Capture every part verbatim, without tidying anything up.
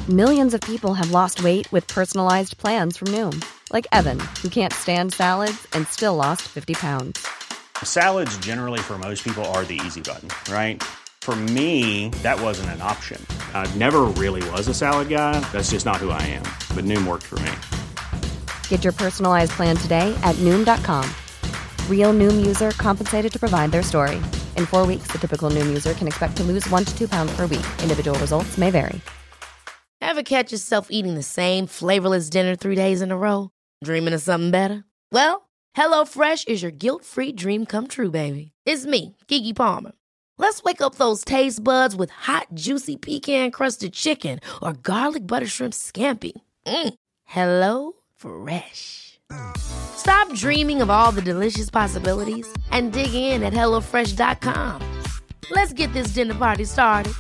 Millions of people have lost weight with personalized plans from Noom. Like Evan, who can't stand salads and still lost fifty pounds. Salads generally for most people are the easy button, right? For me, that wasn't an option. I never really was a salad guy. That's just not who I am. But Noom worked for me. Get your personalized plan today at Noom dot com. Real Noom user compensated to provide their story. In four weeks, the typical Noom user can expect to lose one to two pounds per week. Individual results may vary. Ever catch yourself eating the same flavorless dinner three days in a row? Dreaming of something better? Well, HelloFresh is your guilt-free dream come true, baby. It's me, Keke Palmer. Let's wake up those taste buds with hot, juicy pecan-crusted chicken or garlic butter shrimp scampi. Mm. Hello Fresh. Stop dreaming of all the delicious possibilities and dig in at hello fresh dot com. Let's get this dinner party started.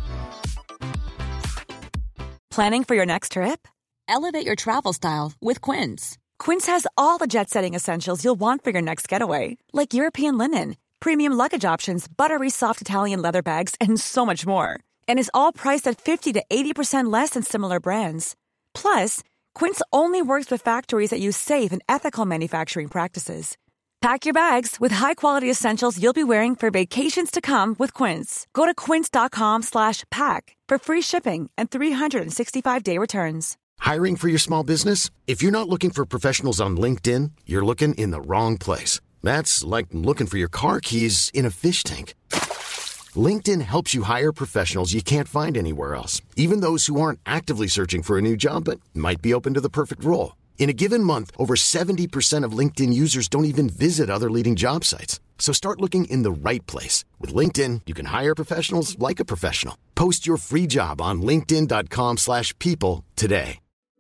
Planning for your next trip? Elevate your travel style with Quince. Quince has all the jet-setting essentials you'll want for your next getaway, like European linen, premium luggage options, buttery soft Italian leather bags, and so much more. And is all priced at fifty to eighty percent less than similar brands. Plus, Quince only works with factories that use safe and ethical manufacturing practices. Pack your bags with high-quality essentials you'll be wearing for vacations to come with Quince. Go to quince dot com slash pack for free shipping and three sixty-five day returns. Hiring for your small business? If you're not looking for professionals on LinkedIn, you're looking in the wrong place. That's like looking for your car keys in a fish tank. LinkedIn helps you hire professionals you can't find anywhere else, even those who aren't actively searching for a new job but might be open to the perfect role. In a given month, over seventy percent of LinkedIn users don't even visit other leading job sites. So start looking in the right place. With LinkedIn, you can hire professionals like a professional. Post your free job on linkedin dot com slash people today.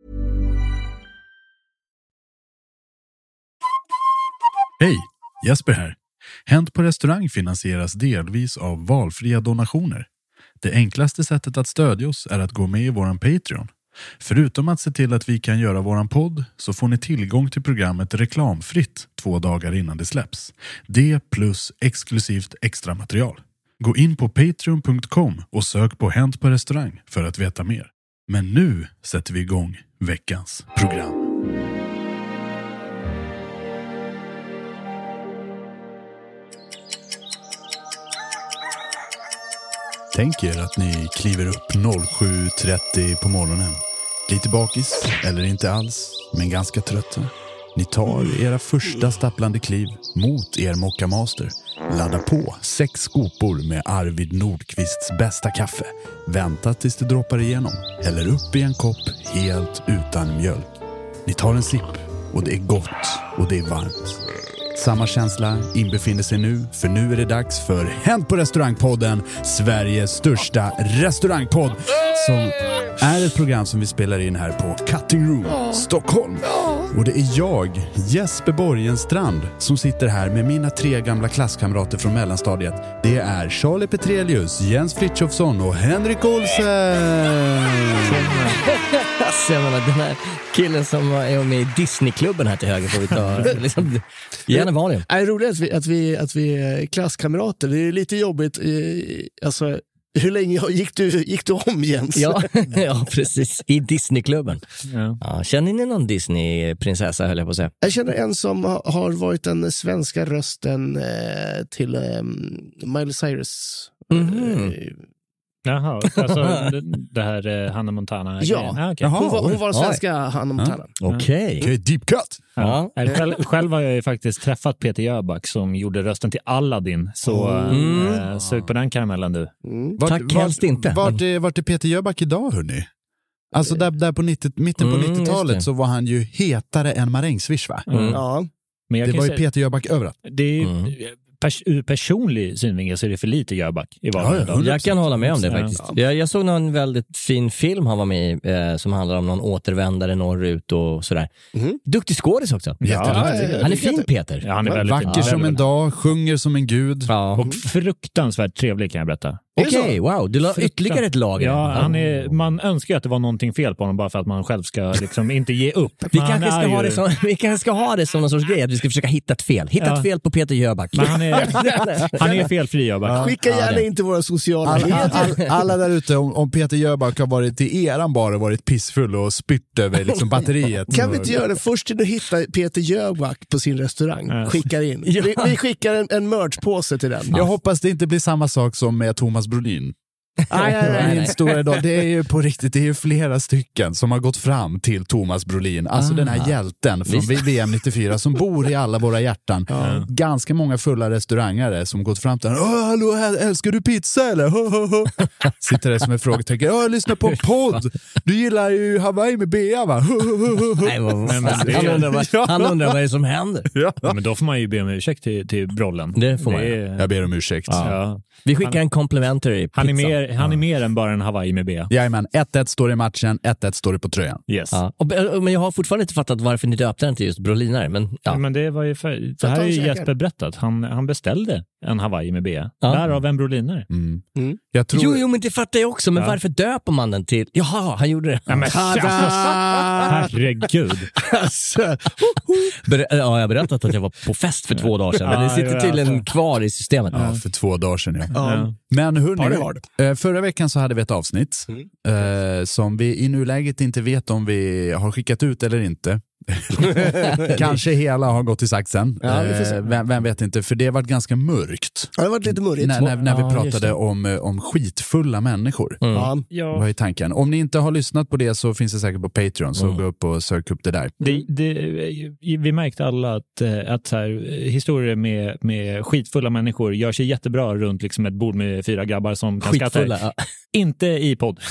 Hej, Jesper här. Hänt på restaurang finansieras delvis av valfria donationer. Det enklaste sättet att stödja oss är att gå med i våran Patreon. Förutom att se till att vi kan göra våran podd så får ni tillgång till programmet reklamfritt två dagar innan det släpps. Det plus exklusivt extra material. Gå in på patreon punkt com och sök på Hänt på restaurang för att veta mer. Men nu sätter vi igång veckans program. Tänk er att ni kliver upp sju trettio på morgonen. Lite bakis, eller inte alls, men ganska trötta. Ni tar era första stapplande kliv mot er Mocca Master. Laddar på sex skopor med Arvid Nordqvists bästa kaffe. Vänta tills det droppar igenom. Häller upp i en kopp helt utan mjölk. Ni tar en sipp och det är gott och det är varmt. Samma känsla inbefinner sig nu, för nu är det dags för Hänt på restaurangpodden, Sveriges största restaurangpodd, som är ett program som vi spelar in här på Cutting Room, Stockholm. Och det är jag, Jesper Borgenstrand, som sitter här med mina tre gamla klasskamrater från mellanstadiet. Det är Charlie Petrelius, Jens Frithiofsson och Henrik Olsen. Jag menar, den här killen som är med i Disneyklubben här till höger får vi ta liksom, gärna vanligen. Det är roligt att vi, att, vi, att vi är klasskamrater. Det är lite jobbigt. Alltså, hur länge gick du, gick du om, Jens? Ja, ja, precis. I Disneyklubben. Ja. Ja, känner ni någon Disney-prinsessa, höll jag på att säga? Jag känner en som har varit den svenska rösten eh, till eh, Miley Cyrus. Mm-hmm. Eh, Jaha, alltså det här eh, Hannah Montana. Ja, ah, okay. hon, var, hon var svenska Hannah Montana. Ja. Okej. Okay. Deep cut. Ja. Ja. Själv, själv har jag ju faktiskt träffat Peter Jöback som gjorde rösten till Aladdin. Så mm. äh, sök på den karamellen du. Mm. Vart, Tack vart, helst inte. Vart är, vart är Peter Jöback idag, hörni? Alltså där, där på nittio, mitten på mm, nittiotalet så var han ju hetare än marängsviss, va? Mm. Ja. Men det var ju Peter Jöback överallt. Det är mm. pers- ur personlig synvinkel så är det för lite Jöback i varje ja, jag kan hålla med om det faktiskt. Ja. Jag, jag såg någon väldigt fin film han var med i eh, som handlar om någon återvändare norrut och sådär. Mm. Duktig skådis också. Ja, ja, han är fin, Peter. Ja, han är väldigt vacker fin. som en dag, sjunger som en gud. Ja. Och fruktansvärt trevlig, kan jag berätta. Okej, okay, wow. Du la ytterligare ett lager. Ja, han är, man önskar ju att det var någonting fel på honom bara för att man själv ska liksom inte ge upp. Vi kanske, ska ju... ha det som, vi kanske ska ha det som någon sorts grej, att vi ska försöka hitta ett fel. Hitta ja. ett fel på Peter Jöback. Men han är, han är felfri, Jöback. Ja. Skicka gärna ja, in till våra sociala alla, all, alla där ute, om, om Peter Jöback har varit i eran bar och varit pissfull och spytt över liksom batteriet. Kan vi inte göra det först till att hitta Peter Jöback på sin restaurang? Ja. Skickar in. Ja. Vi, vi skickar en, en merchpåse till den. Jag hoppas det inte blir samma sak som med Thomas Brolin. Aj, aj, aj, aj. Stora dag. Det är ju på riktigt, det är ju flera stycken som har gått fram till Thomas Brolin, alltså ah, den här hjälten från visst. V M nittiofyra som bor i alla våra hjärtan. Ja. Ganska många fulla restaurangare som gått fram till honom. Åh, hallå, älskar du pizza eller? Ho, ho, ho. Sitter där som en frågetecken. Jag lyssnar på en podd. Du gillar ju Hawaii med Bea, va? Ho, ho, ho. Nej, vad, men, men det, han, undrar vad, ja. han undrar vad det är som händer. Ja. Ja, men då får man ju be om ursäkt till, till Brollen. Det får man. Det är... Jag ber om ursäkt. Ja. Ja. Vi skickar han, en complimentary pizza. Han är mer, han är mer än bara en Hawaii med B. Jajamän, ett ett står i matchen, ett ett står det på tröjan. Yes. Ja. Och, men jag har fortfarande inte fattat varför ni döpte den till just Brolinare. Men, ja. Ja, men det var ju för, det här är ju Jesper berättat. Han, han beställde en Hawaii med B. Ja. Därav en Brolinare. Mm. Mm. Jag tror... Jo, jo, men det fattar jag också. Men ja. varför döper man den till? Jaha, han gjorde det. Ja, men, herregud. Ber- ja, jag har berättat att jag var på fest för två dagar sedan. Men det sitter tydligen kvar i systemet. Ja, för två dagar sedan, ja. ja. Men hörni, förra veckan så hade vi ett avsnitt mm. eh, som vi i nuläget inte vet om vi har skickat ut eller inte. Kanske hela har gått i saxen. Ja, eh, vem, vem vet inte, för det har varit ganska mörkt. Ja, det har varit lite mörkt. När, när, när vi ja, pratade om, om skitfulla människor. Mm. Ja. Vad är tanken? Om ni inte har lyssnat på det så finns det säkert på Patreon, så mm. gå upp och sök upp det där. Det, det, vi märkte alla att, att så här, historier med, med skitfulla människor gör sig jättebra runt liksom ett bord med fyra grabbar som kan skitfulla, skratta. Ja. Inte i podd.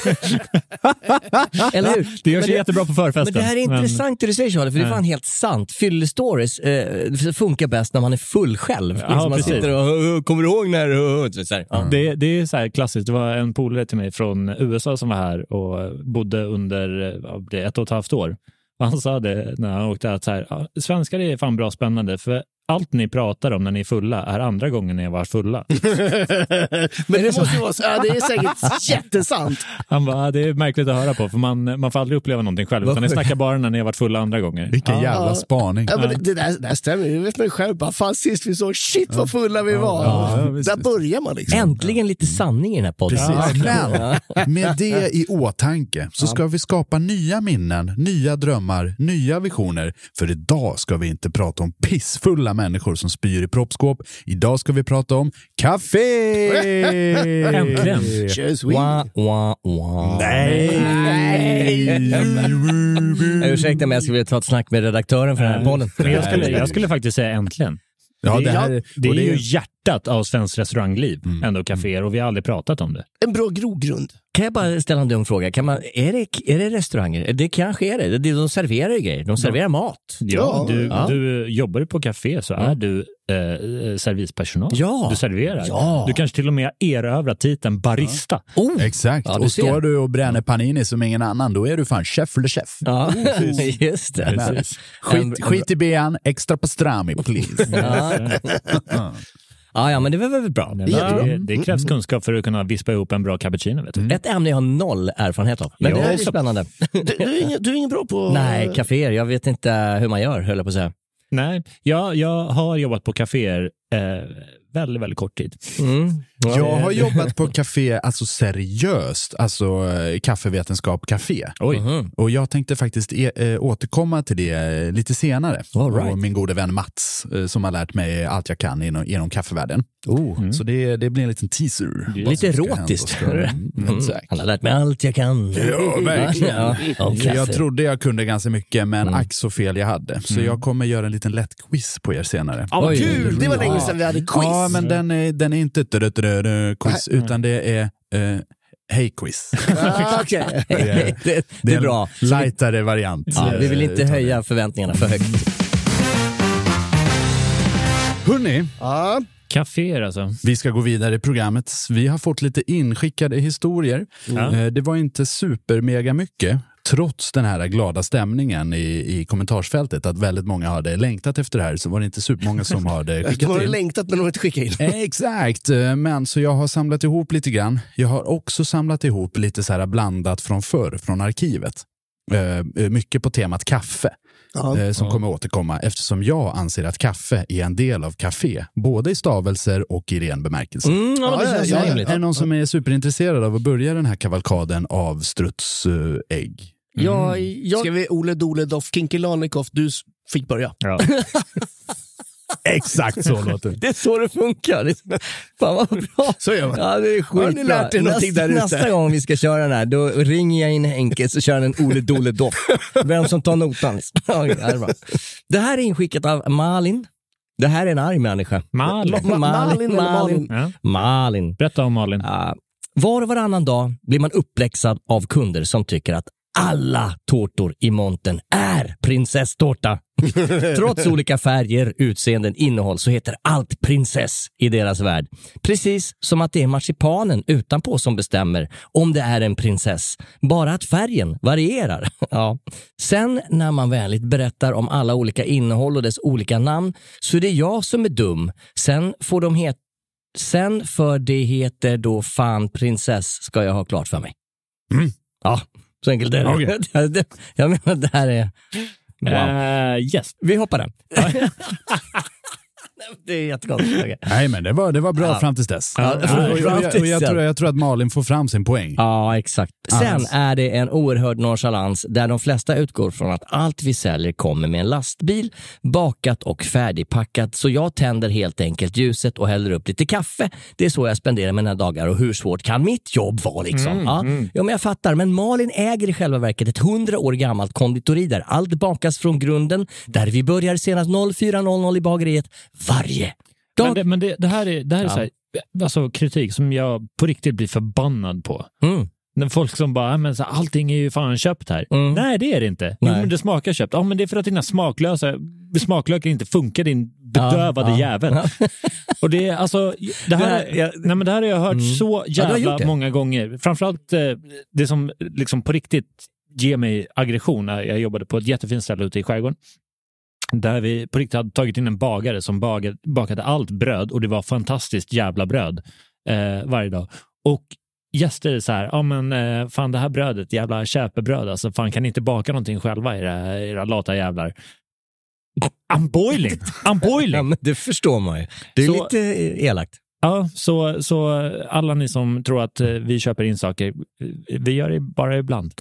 Eller hur? Det gör sig det, jättebra på förfesten. Men det här är intressant det du säger, Charlie, för det är fan helt sant. Fyllestories eh, funkar bäst när man är full själv. Ja, liksom man sitter och kommer du ihåg när så här. Ja. Det, det är så här klassiskt. Det var en polare till mig från U S A som var här och bodde under ett och ett halvt år. Och han sa det när han åkte att så här, ja, svenskar är fan bra spännande, för allt ni pratar om när ni är fulla är andra gången ni var fulla. Men det måste vara så, ja, det är säkert jättesant. Han bara, det är märkligt att höra på, för man, man får aldrig uppleva någonting själv, utan ni snackar bara när ni har varit fulla andra gånger. Vilken ja. jävla spaning. Ja, men det, det, där, det där stämmer, det vet man ju själv. Bara, fan, sist vi såg, shit vad fulla vi var. Ja, ja, visst, där visst. Börjar man liksom. Äntligen lite sanning i den här podden. Precis. Ja. Men med det i åtanke så ska vi skapa nya minnen, nya drömmar, nya visioner. För idag ska vi inte prata om pissfulla människor som spyr i proppskåp. Idag ska vi prata om kafé! Äntligen! Wah, wah, wah. Nej! Jag ursäkta, men jag skulle vilja ta ett snack med redaktören för den här podden. Men jag skulle, jag skulle faktiskt säga äntligen. Ja, det, här, det är det ju hjärtat av svensk restaurangliv, mm. ändå kaféer, och vi har aldrig pratat om det. En bra grogrund. Kan jag bara ställa en dum fråga? Kan man, är, det, är det restauranger? Det kanske är det. De serverar ju grejer. De serverar ja. mat. Ja, du, ja. du jobbar på café så är du eh, servispersonal. Ja. Du serverar. Ja. Du kanske till och med erövrar titeln barista. Ja. Oh. Exakt. Ja, och står du och bränner panini som ingen annan, då är du fan chef eller chef. Ja, just det. Men, skit, skit i bean, extra pastrami, please. Ja. Ja, ja, men det var väl bra. Det, det, det krävs kunskap för att kunna vispa ihop en bra cappuccino, vet du. Mm. Ett ämne jag har noll erfarenhet av. Men jo, det är spännande. Du, du, är ingen, du är ingen bra på... Nej, kaféer. Jag vet inte hur man gör, höll jag på att säga. Nej, jag, jag har jobbat på kaféer eh, väldigt, väldigt kort tid. Mm. Ja, jag har jobbat på café, alltså seriöst, alltså kaffevetenskap café. Oj. Mm. Och jag tänkte faktiskt e- äh, återkomma till det lite senare. All right. Och min gode vän Mats äh, som har lärt mig allt jag kan inom, genom kaffevärlden. Oh. Mm. Så det, det blir en liten teaser. Lite erotiskt. Mm. Mm. Han har lärt mig allt jag kan. Ja, verkligen. Ja, ja. Jag trodde jag kunde ganska mycket, men mm. ack så fel jag hade. Så mm. jag kommer göra en liten lätt quiz på er senare. Oh, kul! Det var länge sedan vi hade quiz. Ja, men den är, den är inte quiz, utan det är uh, hej quiz. Ah, okay. det, är, det, det är bra. En lightare variant. Ja, vi vill inte höja förväntningarna för högt. Hörrni, ja. Caféer alltså. Vi ska gå vidare i programmet. Vi har fått lite inskickade historier. Ja. Det var inte super mega mycket. trots den här glada stämningen i, i kommentarsfältet, att väldigt många hade längtat efter det här, så var det inte supermånga som hade skickat in. De har längtat men de har inte skickat in. Exakt, men så jag har samlat ihop lite grann. Jag har också samlat ihop lite så här blandat från förr, från arkivet. Uh, mycket på temat kaffe. Ja, uh, som ja. kommer återkomma, eftersom jag anser att kaffe är en del av kafé, både i stavelser och i ren bemärkelse. Mm, ja, det känns ja, rimligt. Är det någon som är superintresserad av att börja den här kavalkaden av strutsägg? Mm. Ja, jag... Ska vi Ole Dole Doff Kinkilanikov, du fick börja. Ja. Exakt så låter det. Det är så det funkar. Det är... Fan vad bra. Så gör man. Ja, det är skitbra. Har ni lärt er någonting nästa, där ute? Nästa gång vi ska köra den här, då ringer jag in Henke så kör han en Ole Dole Doff. Vem som tar notan. Ja, det, är bra. Det här är inskickat av Malin. Det här är en arg människa. Malin. Malin. Malin. Malin. Ja. Malin. Berätta om Malin. Uh, var och varannan dag blir man uppläxad av kunder som tycker att alla tårtor i monten är prinsesstårta. Trots olika färger, utseenden, innehåll så heter allt prinsess i deras värld. Precis som att det är marsipanen utanpå som bestämmer om det är en prinsess. Bara att färgen varierar. Ja. Sen när man vänligt berättar om alla olika innehåll och dess olika namn så är det jag som är dum. Sen får de heta Sen för det heter då fan prinsess ska jag ha klart för mig. Mm. Ja, så enkelt är det. Okay. Jag menar, det här är... Wow. Uh, yes. Vi hoppar den. Det är jättekonstigt. Nej, men det var, det var bra ja. fram tills dess. Ja. Ja. Och, och, jag, och jag, tror, jag tror att Malin får fram sin poäng. Ja, exakt. Sen Annars. är det en oerhörd nonchalans där de flesta utgår från att allt vi säljer kommer med en lastbil, bakat och färdigpackat. Så jag tänder helt enkelt ljuset och häller upp lite kaffe. Det är så jag spenderar mina dagar och hur svårt kan mitt jobb vara liksom? Mm, ja. Mm. ja, men jag fattar. Men Malin äger i själva verket ett hundra år gammalt konditori där allt bakas från grunden, där vi börjar senast fyra noll noll i bageriet varje dag. Men det, men det, det här är, det här är ja. så här, alltså kritik som jag på riktigt blir förbannad på. Mm. När folk som bara, men så, allting är ju fan köpt här. Mm. Nej, det är det inte. Jo, men det smakar köpt. Ja, men det är för att dina smaklösa smaklökar inte funkar, din bedövade ja, ja. jävel. Ja. Och det är alltså, det här, det här, jag, nej, men det här har jag hört mm. så jävla ja, många gånger. Framförallt det som liksom på riktigt ger mig aggression. Jag jobbade på ett jättefint ställe ute i skärgården, där vi på riktigt hade tagit in en bagare som bagade, bakade allt bröd, och det var fantastiskt jävla bröd eh, varje dag. Och gäster är så här, ja men eh, fan det här brödet, jävla käpebröd, alltså fan kan ni inte baka någonting själva, era, era lata jävlar. I'm boiling, I'm boiling. Ja, men det förstår man ju. Det är så, lite elakt. Ja, så, så alla ni som tror att vi köper in saker, vi gör det bara ibland.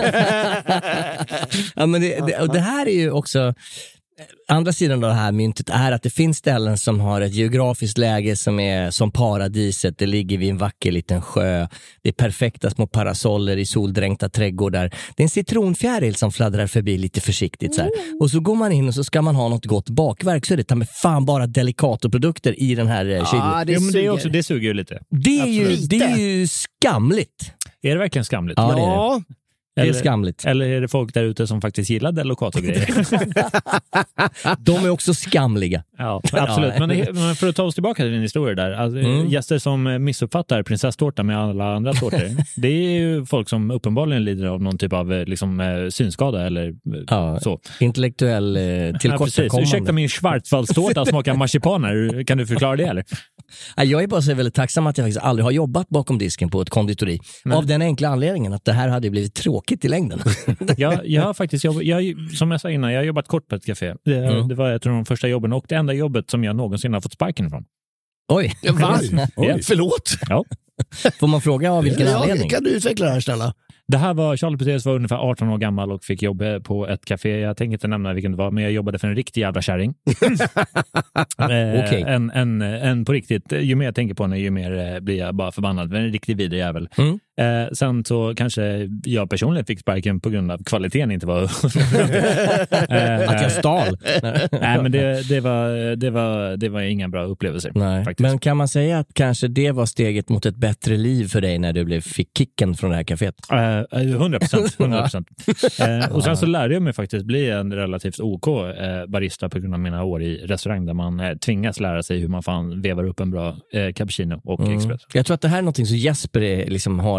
Ja, men det, det, och det här är ju också... Andra sidan av det här myntet är att det finns ställen som har ett geografiskt läge som är som paradiset. Det ligger vid en vacker liten sjö. Det är perfekta små parasoller i soldränkta trädgårdar. Det är en citronfjäril som fladdrar förbi lite försiktigt så här. Och så går man in och så ska man ha något gott bakverk, så är det tar med fan bara delikatoprodukter i den här kylen. Ja, det, ja, men det, är också, det suger ju lite. Det är ju, det är ju skamligt. Är det verkligen skamligt? Ja, det är det. Eller, det är skamligt. Eller är det folk där ute som faktiskt gillar Delicato-grejer? De är också skamliga. Ja, absolut. Men, men för att ta oss tillbaka till din historia där. Alltså, mm. Gäster som missuppfattar prinsesstårta med alla andra tårtor. Det är ju folk som uppenbarligen lider av någon typ av liksom, synskada eller ja, så. Intellektuell eh, tillkortakommande. Ja, ursäkta, min schwarzwaldstårta smakar marsipaner. Kan du förklara det eller? Jag är bara så väldigt tacksam att jag faktiskt aldrig har jobbat bakom disken på ett konditori. Nej. Av den enkla anledningen att det här hade blivit tråkigt i längden. jag, jag har faktiskt jobbat, jag, som jag sa innan, jag har jobbat kort på ett café. Det, mm. det var ett av de första jobben och det enda jobbet som jag någonsin har fått sparken ifrån. Oj, Va? Oj. Förlåt. Ja. Får man fråga av vilken ja, anledning? Kan du utveckla det här snälla? Det här var, Charlie Petrus var ungefär arton år gammal och fick jobb på ett café. Jag tänker inte nämna vilken det var, men jag jobbade för en riktig jävla kärring. eh, okay. en, en, en på riktigt, ju mer jag tänker på henne, ju mer blir jag bara förbannad. Men en riktig vidrig jävel. Mm. Eh, sen så kanske jag personligen fick sparken på grund av kvaliteten inte var... eh, att jag stal. Nej, men det, det, var, det, var, det var inga bra upplevelser. Nej. Faktiskt. Men kan man säga att kanske det var steget mot ett bättre liv för dig när du blev, fick kicken från det här kaféet? hundra procent. hundra procent. eh, och sen så lärde jag mig faktiskt bli en relativt OK eh, barista på grund av mina år i restaurang där man eh, tvingas lära sig hur man fan vevar upp en bra eh, cappuccino och mm. espresso. Jag tror att det här är någonting som Jesper är, liksom har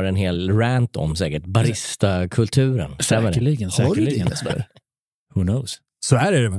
har en hel rant om säkert barista-kulturen. Säkerligen, säkerligen. Who knows? Så här är det.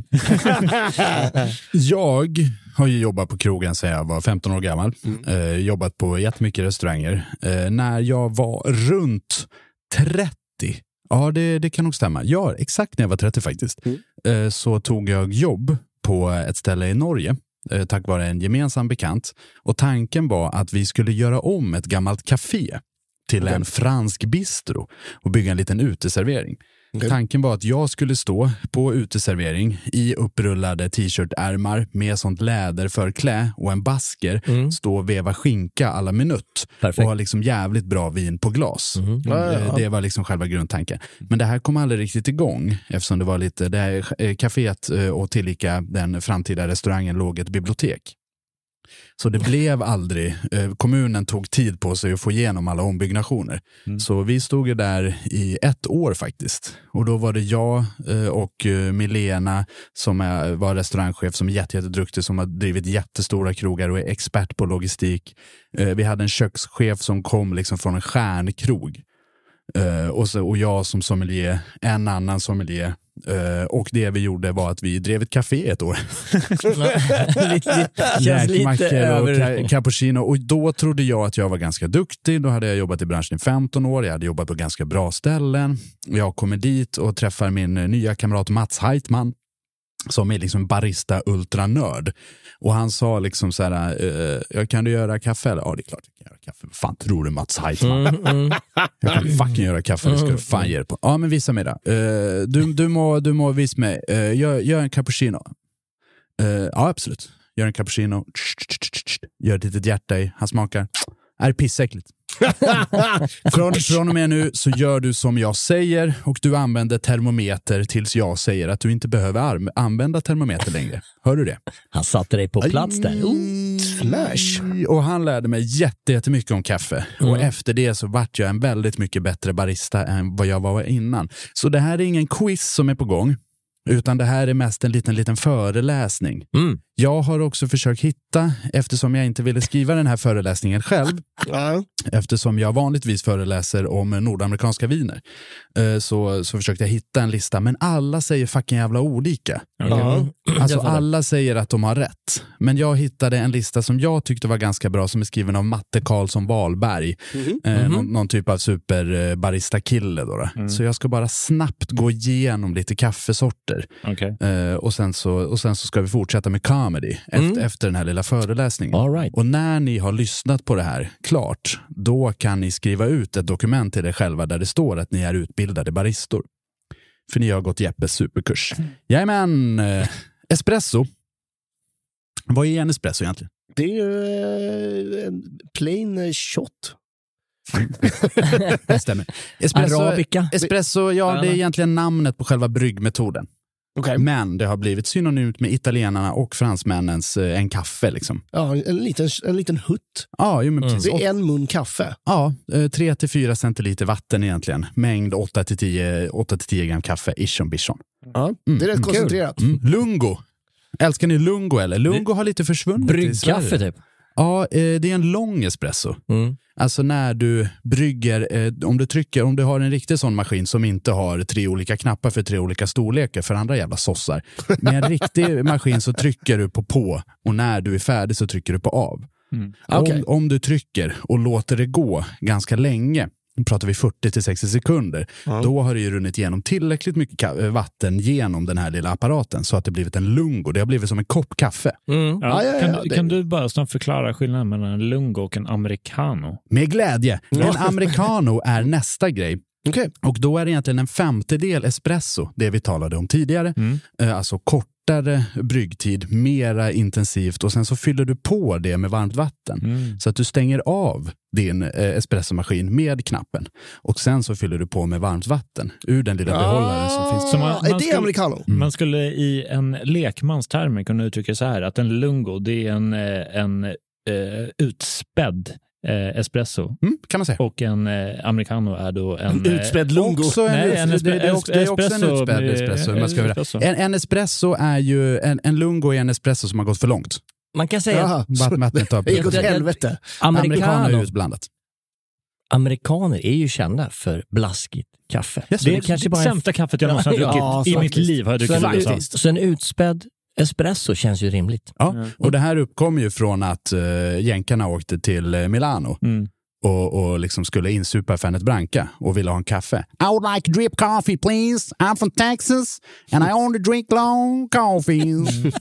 Jag har ju jobbat på krogen sedan jag var femton år gammal. Mm. Eh, jobbat på jättemycket restauranger. Eh, när jag var runt trettio, ja det, det kan nog stämma. Ja, exakt när jag var trettio faktiskt. Mm. Eh, så tog jag jobb på ett ställe i Norge. Eh, tack vare en gemensam bekant. Och tanken var att vi skulle göra om ett gammalt café till okay. en fransk bistro. Och bygga en liten uteservering. Okay. Tanken var att jag skulle stå på uteservering i upprullade t-shirtärmar med sånt läder för klä och en basker, mm. stå och veva skinka alla minut. Perfekt. Och ha liksom jävligt bra vin på glas. Mm. Mm. Ja, ja, ja. Det var liksom själva grundtanken. Men det här kom aldrig riktigt igång eftersom det var lite, det här kaféet och tillika den framtida restaurangen låg ett bibliotek. Så det blev aldrig, kommunen tog tid på sig att få igenom alla ombyggnationer. Mm. Så vi stod ju där i ett år faktiskt. Och då var det jag och Milena som är, var restaurangchef som är jätte, jätteduktig, som har drivit jättestora krogar och är expert på logistik. Vi hade en kökschef som kom liksom från en stjärnkrog. Och, så, och jag som sommelier, en annan sommelier. Uh, och det vi gjorde var att vi drev ett café ett år. Räkmackor och ca- cappuccino. Och då trodde jag att jag var ganska duktig. Då hade jag jobbat i branschen i femton år. Jag hade jobbat på ganska bra ställen. Jag kommer dit och träffar min nya kamrat Mats Heitman, som är liksom barista ultranörd. Och han sa liksom så här, uh, kan du göra kaffe? Eller? Ja, det är klart jag kan göra kaffe. Fan, tror du Mats Heitman? Mm, mm. Jag kan fucking göra kaffe, det ska du fan ge det på. Ja, men visa mig det. Uh, du, du, må, du må visa mig. Uh, gör, gör en cappuccino. Uh, ja, absolut. Gör en cappuccino. Gör ett litet hjärta i. Han smakar. Är pissäckligt. från, från och med nu så gör du som jag säger och du använder termometer tills jag säger att du inte behöver arm- använda termometer längre. Hör du det? Han satte dig på plats där. Oh, smash. Och han lärde mig jätte, jättemycket om kaffe. Mm. Och efter det så vart jag en väldigt mycket bättre barista än vad jag var innan. Så det här är ingen quiz som är på gång. Utan det här är mest en liten, liten föreläsning. Mm. Jag har också försökt hitta, eftersom jag inte ville skriva den här föreläsningen själv, mm. eftersom jag vanligtvis föreläser om nordamerikanska viner, så, så försökte jag hitta en lista. Men alla säger fucking jävla olika. Okay. Mm. Alltså alla säger att de har rätt. Men jag hittade en lista som jag tyckte var ganska bra, som är skriven av Matte Karlsson Wahlberg. Mm. Eh, mm. någon, någon typ av superbarista-kille då. då. Mm. Så jag ska bara snabbt gå igenom lite kaffesorter. Okay. Eh, och, sen så, och sen så ska vi fortsätta med comedy mm. efter, efter den här lilla föreläsningen. All right. Och när ni har lyssnat på det här klart, då kan ni skriva ut ett dokument till er själva där det står att ni är utbildade baristor. För ni har gått Jeppes superkurs. Mm. Jajamän, eh, espresso. Vad är en espresso egentligen? Det är ju en plain shot. Det stämmer. Espresso, Arabica. Espresso, ja, det är egentligen namnet på själva bryggmetoden. Okay. Men det har blivit synonymt med italienarna och fransmännens eh, en kaffe liksom. Ja, en liten, en liten hutt. Ja, ju, men mm. precis. Det är en mun kaffe. Ja, tre till fyra centiliter vatten egentligen. Mängd åtta till tio gram kaffe, ishon bishon. Ja, mm. det är rätt koncentrerat. Mm. Lungo. Älskar ni lungo eller? Lungo har lite försvunnit. Bryggkaffe typ. Ja, eh, det är en lång espresso. Mm. Alltså när du brygger, eh, om du trycker, om du har en riktig sån maskin som inte har tre olika knappar för tre olika storlekar för andra jävla sossar. Med en riktig maskin så trycker du på på och när du är färdig så trycker du på av. Mm. Okay. Om, om du trycker och låter det gå ganska länge, pratar vi fyrtio till sextio sekunder, mm. då har det ju runnit igenom tillräckligt mycket ka- vatten genom den här lilla apparaten så att det blivit en lungo. Det har blivit som en kopp kaffe. Mm. Ja, ja, ja, kan, det... kan du bara snart förklara skillnaden mellan en lungo och en americano? Med glädje. Mm. En americano är nästa grej. Okay. Och då är det egentligen en femtedel espresso, det vi talade om tidigare. Mm. Alltså kortare bryggtid, mera intensivt och sen så fyller du på det med varmt vatten. Mm. Så att du stänger av din eh, espressomaskin med knappen. Och sen så fyller du på med varmt vatten ur den lilla behållaren ah, som finns. Så man, man är det skulle, americano? Mm. Man skulle i en lekmanstermer kunna uttrycka så här att en lungo, det är en, en eh, utspädd Eh, espresso. Mm, kan man säga. Och en eh, americano är då en... utspädd lungo. Också en, Nej, en espresso, det är också, det är också en utspädd espresso. Man ska espresso. En, en espresso är ju... En, en lungo är en espresso som har gått för långt. Man kan säga... Jaha, det gick åt helvete. Americano är utblandat. amerikaner är ju kända för blaskigt kaffe. Yes, det är det kanske bara sämsta kaffet jag någonsin har druckit ja, i mitt liv. Har jag druckit så, en, så en utspädd espresso känns ju rimligt. Ja, mm. och det här uppkom ju från att uh, jänkarna åkte till uh, Milano. Mm. Och, och liksom skulle insupa Fernet Branca och ville ha en kaffe. I would like drip coffee, please. I'm from Texas and I only drink long coffee.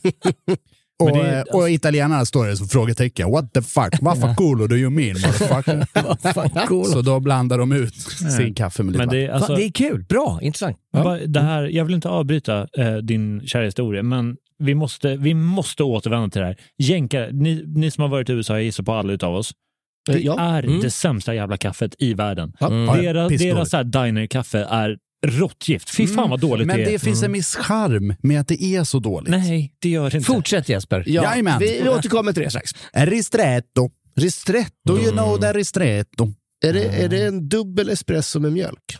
och, det, alltså... och italienarna står det som frågetecken. What the fuck? Vad fan cool do you mean, motherfucker? cool. Så då blandar de ut sin kaffe med lite men det, är, alltså... det är kul. Bra, intressant. Ja. Det här, jag vill inte avbryta eh, din kära historia, men vi måste, vi måste återvända till det här. Jänkare, ni, ni som har varit i U S A, jag gissar på alla utav oss. Det ja. är mm. det sämsta jävla kaffet i världen. Mm. Deras, deras så här diner-kaffe är råttgift. Fy fan vad dåligt Men det är. Men det finns en viss charm med att det är så dåligt. Nej, det gör det inte. Fortsätt Jesper. Ja, vi, vi återkommer till det strax. Ristretto. Ristretto? Mm. You know the ristretto. Är det, är det en dubbel espresso med mjölk?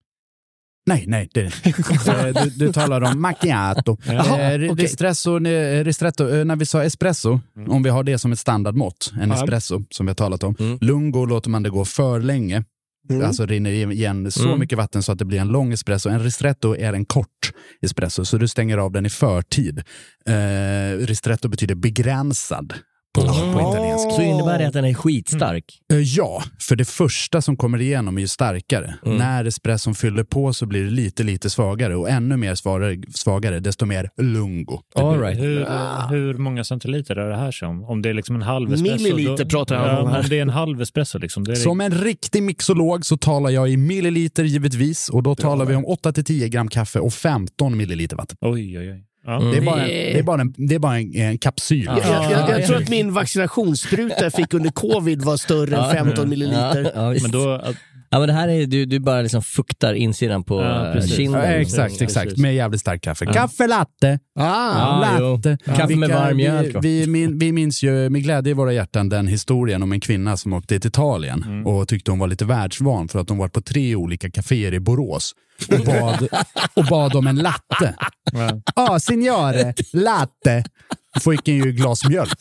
Nej, nej. Det, du, du talar om macchiato. Aha, eh, okay. ristretto, ristretto, när vi sa espresso, mm. om vi har det som ett standardmått, en ja. espresso som vi har talat om. Mm. Lungo låter man det gå för länge. Mm. Alltså rinner igen så mm. mycket vatten så att det blir en lång espresso. En ristretto är en kort espresso, så du stänger av den i förtid. Eh, ristretto betyder begränsad. På, mm. på italienska. Så innebär det att den är skitstark? Mm. Ja, för det första som kommer igenom är ju starkare. Mm. När espresson fyller på så blir det lite, lite svagare. Och ännu mer svagare, svagare desto mer lungo. All right. hur, hur många centiliter är det här som? Om det är liksom en halv espresso. Milliliter då, pratar jag om ja, här. Om det är en halv espresso liksom. Det är som en riktig mixolog så talar jag i milliliter givetvis. Och då talar ja, vi om åtta till tio gram kaffe och femton milliliter vatten. Oj, oj, oj. Ja. Det, är bara en, det är bara en, det är bara en, en kapsyl. Ja. Jag, jag, jag tror att min vaccinationsspruta jag fick under covid var större än femton milliliter. Ja, ja, men då... Ja, men det här är du, du bara liksom fuktar insidan på ja, kinden. Ja, exakt, exakt. Med jävligt stark kaffe. Ja. Kaffe latte. Ah, latte. Ja, kaffe med varm mjölk. Vi, vi, min, vi minns ju med glädje i våra hjärtan den historien om en kvinna som åkte till Italien mm. och tyckte hon var lite världsvan för att hon var på tre olika kaféer i Borås och bad, och bad om en latte. Ja, ah, signore, latte. Då fick en ju glas mjölk.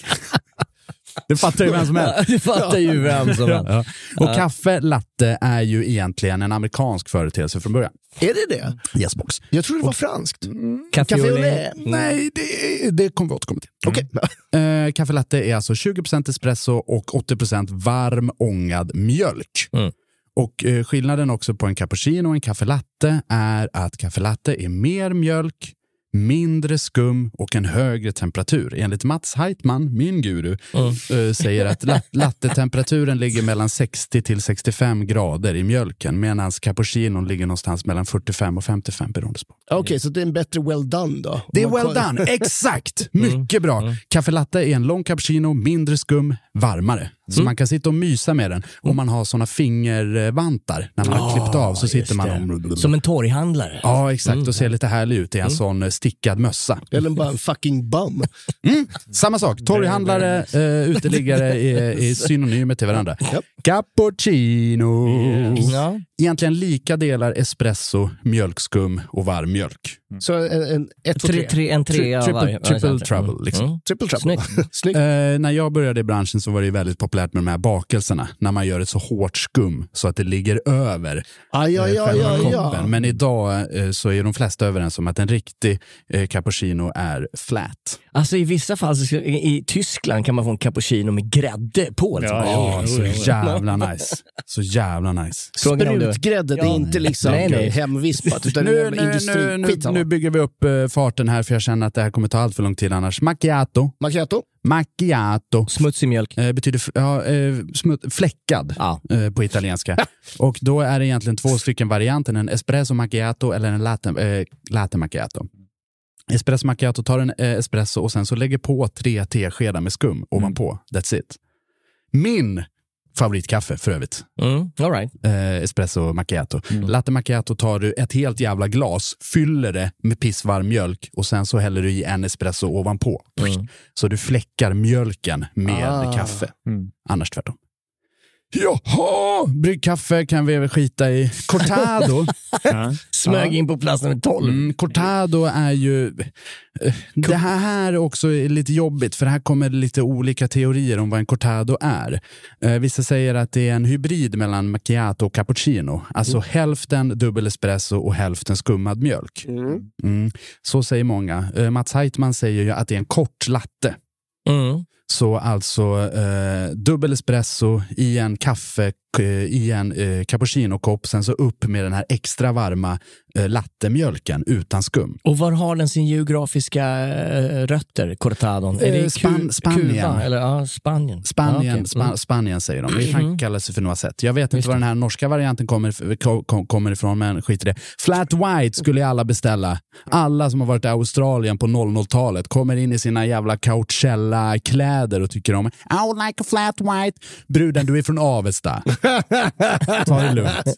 Det fattar ju vem som helst. Det fattar ju vem som helst. Ja. Och ja. Kaffe latte är ju egentligen en amerikansk företeelse från början. Är det det? Yes, box. Jag tror det var franskt. Mm. Café au lait? Nej, det, det kommer vi återkomma till. Mm. Okay. Uh, kaffe latte är alltså tjugo procent espresso och åttio procent varm ångad mjölk. Mm. Och uh, skillnaden också på en cappuccino och en kaffe latte är att kaffe latte är mer mjölk, mindre skum och en högre temperatur. Enligt Mats Heitman, min guru, mm. äh, säger att lat- lattetemperaturen ligger mellan sextio till sextiofem grader i mjölken, medan cappuccinon ligger någonstans mellan fyrtiofem och femtiofem beroende på. Okej, okay, så det är en bättre well done då? Det är well done, exakt! Mycket bra. Mm. Kaffe latte är en lång cappuccino, mindre skum, varmare. Så mm. man kan sitta och mysa med den. Om man har såna fingervantar när man oh, har klippt av så sitter man om... Som en torghandlare. Ja, exakt. Mm. Och ser lite härlig ut i en mm. sån stickad mössa. Eller bara en fucking bum. Mm. Samma sak. Torghandlare, uh, uteliggare är, är synonymer till varandra. Yep. Cappuccino. Yes. Ja. Egentligen lika delar espresso, mjölkskum och varm mjölk. Mm. Så en, en ett och tre. tre, tre en tre Tri- triple, varje. triple Mm. trouble. Liksom. Mm. Triple trouble. Snyggt. Snyggt. Uh, när jag började i branschen så var det väldigt populärt med de här bakelserna. När man gör ett så hårt skum så att det ligger över ah, ja, ja, uh, ja, ja. Men idag uh, så är de flesta överens om att en riktig uh, cappuccino är flat. Alltså i vissa fall så, i, i Tyskland kan man få en cappuccino med grädde på. Liksom. Ja, ja, ja, så jävla nice. Så jävla nice. Sprutgrädde, det är inte liksom nej, nej. hemvispat utan nu, nu, nu, nu, nu bygger vi upp uh, farten här för jag känner att det här kommer ta allt för lång tid annars. Macchiato. Macchiato. Macchiato. Smutsig mjölk. Eh, betyder ja, eh, smut- fläckad ja. eh, på italienska. Och då är det egentligen två stycken varianter. En espresso macchiato eller en latte, eh, latte macchiato. Espresso macchiato tar en eh, espresso och sen så lägger på tre teskedar med skum mm. ovanpå. That's it. Min favoritkaffe för övrigt. Mm, all right. eh, espresso macchiato. Mm. Latte macchiato tar du ett helt jävla glas, fyller det med pissvarm mjölk och sen så häller du i en espresso ovanpå. Mm. Så du fläckar mjölken med ah. kaffe. Mm. Annars tvärtom. Jaha, bryggkaffe kan vi väl skita i. Cortado. Ja. Smög in på plats nummer tolv. Mm, Cortado är ju... Det här, här också är lite jobbigt, för här kommer det lite olika teorier om vad en cortado är. Eh, vissa säger att det är en hybrid mellan macchiato och cappuccino. Alltså mm. hälften dubbel espresso och hälften skummad mjölk. Mm. Mm, så säger många. Eh, Mats Heitman säger ju att det är en kort latte. Mm. Så alltså eh, dubbel espresso i en kaffe, i en eh, cappuccino-kopp, sen så upp med den här extra varma eh, lattemjölken utan skum. Och var har den sin geografiska eh, rötter, cortadon? Är det eh, Span- Spanien. Kuba, eller ja, Spanien. Spanien, ah, okay. Sp- mm. Spanien säger de. Det kan kallas för något sätt. Jag vet inte Just var den här norska varianten kommer, kom, kommer ifrån, men skit i det. Flat white skulle alla beställa. Alla som har varit i Australien på noll noll-talet kommer in i sina jävla Coachella-kläder och tycker om I would like a flat white. Bruden, du är från Avesta. Ta det lugnt.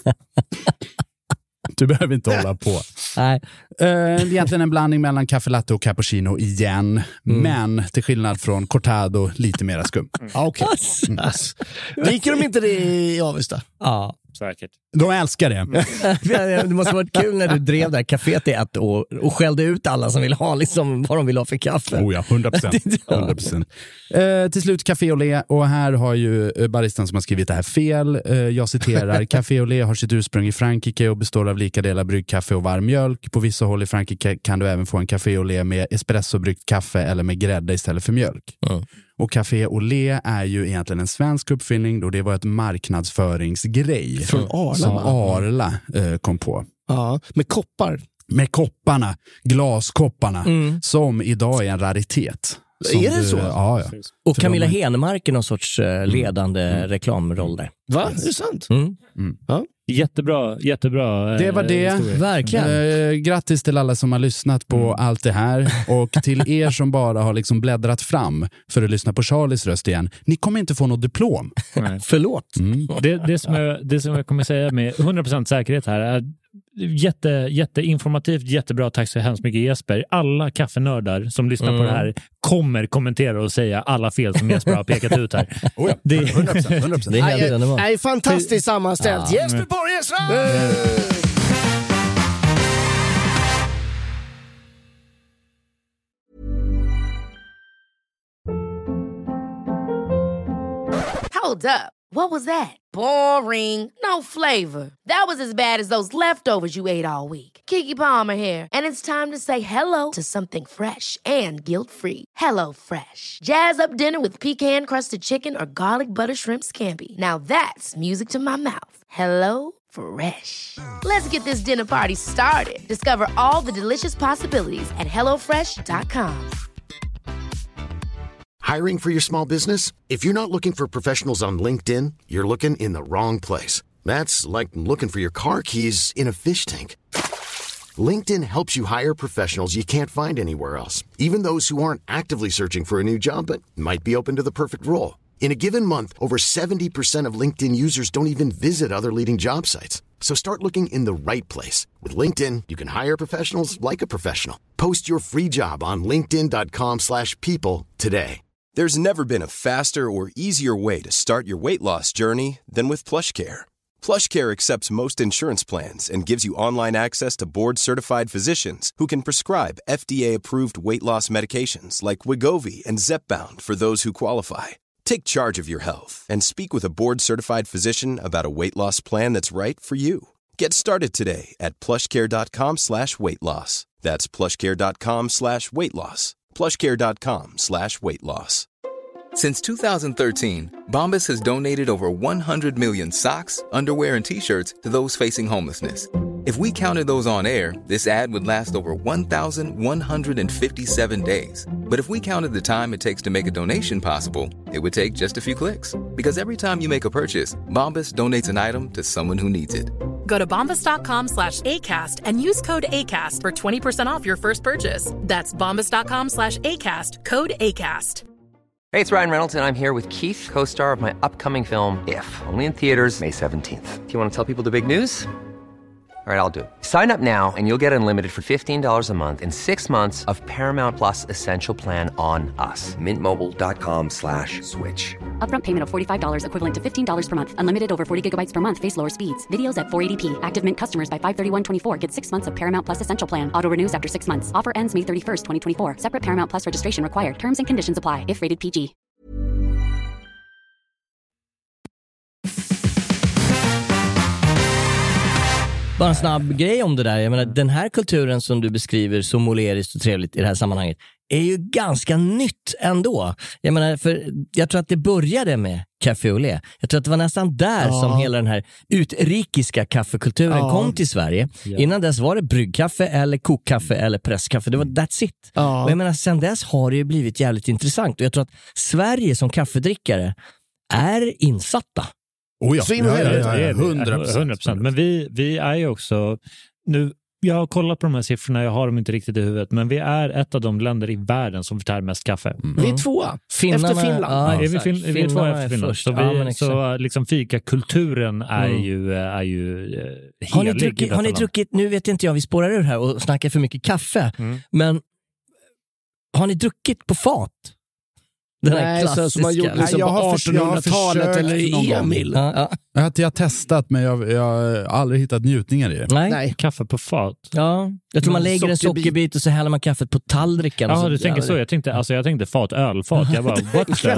Du behöver inte hålla på. Nej. Uh, egentligen en blandning mellan kaffe latte och cappuccino igen. Mm. Men till skillnad från cortado, lite mera skum. Mm. Okej. Okay. Mm. Dricker de inte det i Avesta? Ja. Säkert. De älskar det. Det måste ha varit kul när du drev det här kaféet i ett år och skällde ut alla som vill ha liksom vad de vill ha för kaffe. Oh ja, hundra procent. hundra procent. Eh, till slut Café Olé, och här har ju baristan som har skrivit det här fel. Eh, jag citerar: Café Olé har sitt ursprung i Frankrike och består av lika delar bryggkaffe och varm mjölk. På vissa håll i Frankrike kan du även få en Café Olé med espresso-bryggt kaffe eller med grädde istället för mjölk. Mm. Och Café Olé är ju egentligen en svensk uppfinning då det var ett marknadsföringsgrej från Arla, som Arla eh, kom på. Ja, med koppar. Med kopparna, glaskopparna, mm. som idag är en raritet. Som är det du, så? Ja, ja. Och För Camilla de... Henemark är någon sorts uh, ledande mm. reklamroll där. Va? Är det sant? Mm. Mm. Ja. Jättebra, jättebra. Det var det. Historia. Verkligen. Eh, grattis till alla som har lyssnat på mm. allt det här. Och till er som bara har liksom bläddrat fram för att lyssna på Charlies röst igen. Ni kommer inte få något diplom. Nej. Förlåt. Mm. Det, det, som jag, det som jag kommer säga med hundra procent säkerhet här är jätte, jätteinformativt, jättebra. Tack så hemskt mycket Jesper. Alla kaffenördar som lyssnar mm. på det här kommer kommentera och säga alla fel som Jesper har pekat ut här. Oh ja, det, hundra procent, hundra procent. Det är helt underbart. Nej, fantastiskt sammanställt. Ja. Jesper Borgenström! Hold up. What was that? Boring. No flavor. That was as bad as those leftovers you ate all week. Keke Palmer here, and it's time to say hello to something fresh and guilt-free. Hello Fresh. Jazz up dinner with pecan-crusted chicken or garlic butter shrimp scampi. Now that's music to my mouth. Hello Fresh. Let's get this dinner party started. Discover all the delicious possibilities at hello fresh dot com. Hiring for your small business? If you're not looking for professionals on LinkedIn, you're looking in the wrong place. That's like looking for your car keys in a fish tank. LinkedIn helps you hire professionals you can't find anywhere else, even those who aren't actively searching for a new job but might be open to the perfect role. In a given month, over seventy percent of LinkedIn users don't even visit other leading job sites. So start looking in the right place. With LinkedIn, you can hire professionals like a professional. Post your free job on linkedin dot com slash people today. There's never been a faster or easier way to start your weight loss journey than with PlushCare. PlushCare accepts most insurance plans and gives you online access to board-certified physicians who can prescribe F D A-approved weight loss medications like Wegovy and Zepbound for those who qualify. Take charge of your health and speak with a board-certified physician about a weight loss plan that's right for you. Get started today at plushcare.com slash weight loss. That's plushcare.com slash weight loss. plushcare.com slash weight loss. Since two thousand thirteen, Bombas has donated over one hundred million socks, underwear, and T-shirts to those facing homelessness. If we counted those on air, this ad would last over one thousand one hundred fifty-seven days. But if we counted the time it takes to make a donation possible, it would take just a few clicks. Because every time you make a purchase, Bombas donates an item to someone who needs it. Go to bombas.com slash ACAST and use code ACAST for twenty percent off your first purchase. That's bombas.com slash ACAST, code ACAST. Hey, it's Ryan Reynolds, and I'm here with Keith, co-star of my upcoming film, If, only in theaters May seventeenth. Do you want to tell people the big news? All right, I'll do it. Sign up now and you'll get unlimited for fifteen dollars a month and six months of Paramount Plus Essential Plan on us. Mint Mobile dot com slash switch. Upfront payment of forty-five dollars equivalent to fifteen dollars per month. Unlimited over forty gigabytes per month. Face lower speeds. Videos at four eighty p. Active Mint customers by five thirty-one twenty-four get six months of Paramount Plus Essential Plan. Auto renews after six months. Offer ends May thirty-first, twenty twenty-four. Separate Paramount Plus registration required. Terms and conditions apply if rated P G. Bara en snabb grej om det där. Jag menar, den här kulturen som du beskriver så måleriskt och trevligt i det här sammanhanget är ju ganska nytt ändå. Jag menar, för jag tror att det började med café au lait. Jag tror att det var nästan där ja. som hela den här utrikiska kaffekulturen ja. kom till Sverige. Ja. Innan dess var det bryggkaffe eller kokkaffe eller presskaffe. Det var that's it. Ja. Och jag menar, sen dess har det ju blivit jävligt intressant. Och jag tror att Sverige som kaffedrickare är insatta. Oh ja, så in ja, ja, ja, ja, hundra procent. Men vi, vi är ju också nu, jag har kollat på de här siffrorna, jag har dem inte riktigt i huvudet, men vi är ett av de länder i världen som förtär mest kaffe. Mm. Vi är tvåa, Finnarna, efter Finland. Ja, är vi, fin, är vi tvåa efter Finland. Så, vi, ja, så liksom fika-kulturen är mm. ju, är ju uh, helig. Har ni, druckit, har ni druckit, nu vet inte jag, vi spårar ur här och snackar för mycket kaffe, mm. men har ni druckit på fat? Den Nej, klassiska. Så man gjorde liksom på artonhundratalet eller i Emil. Ja, ja. Jag har inte testat, men jag, jag har aldrig hittat njutningar i det. Nej. Nej. Kaffe på fat. Ja, jag tror man lägger sockerbit. en sockerbit och så häller man kaffet på tallriken. Ja, så, du tänker så. Jag tänkte, alltså, jag tänkte fat, ölfat. Jag bara, what the?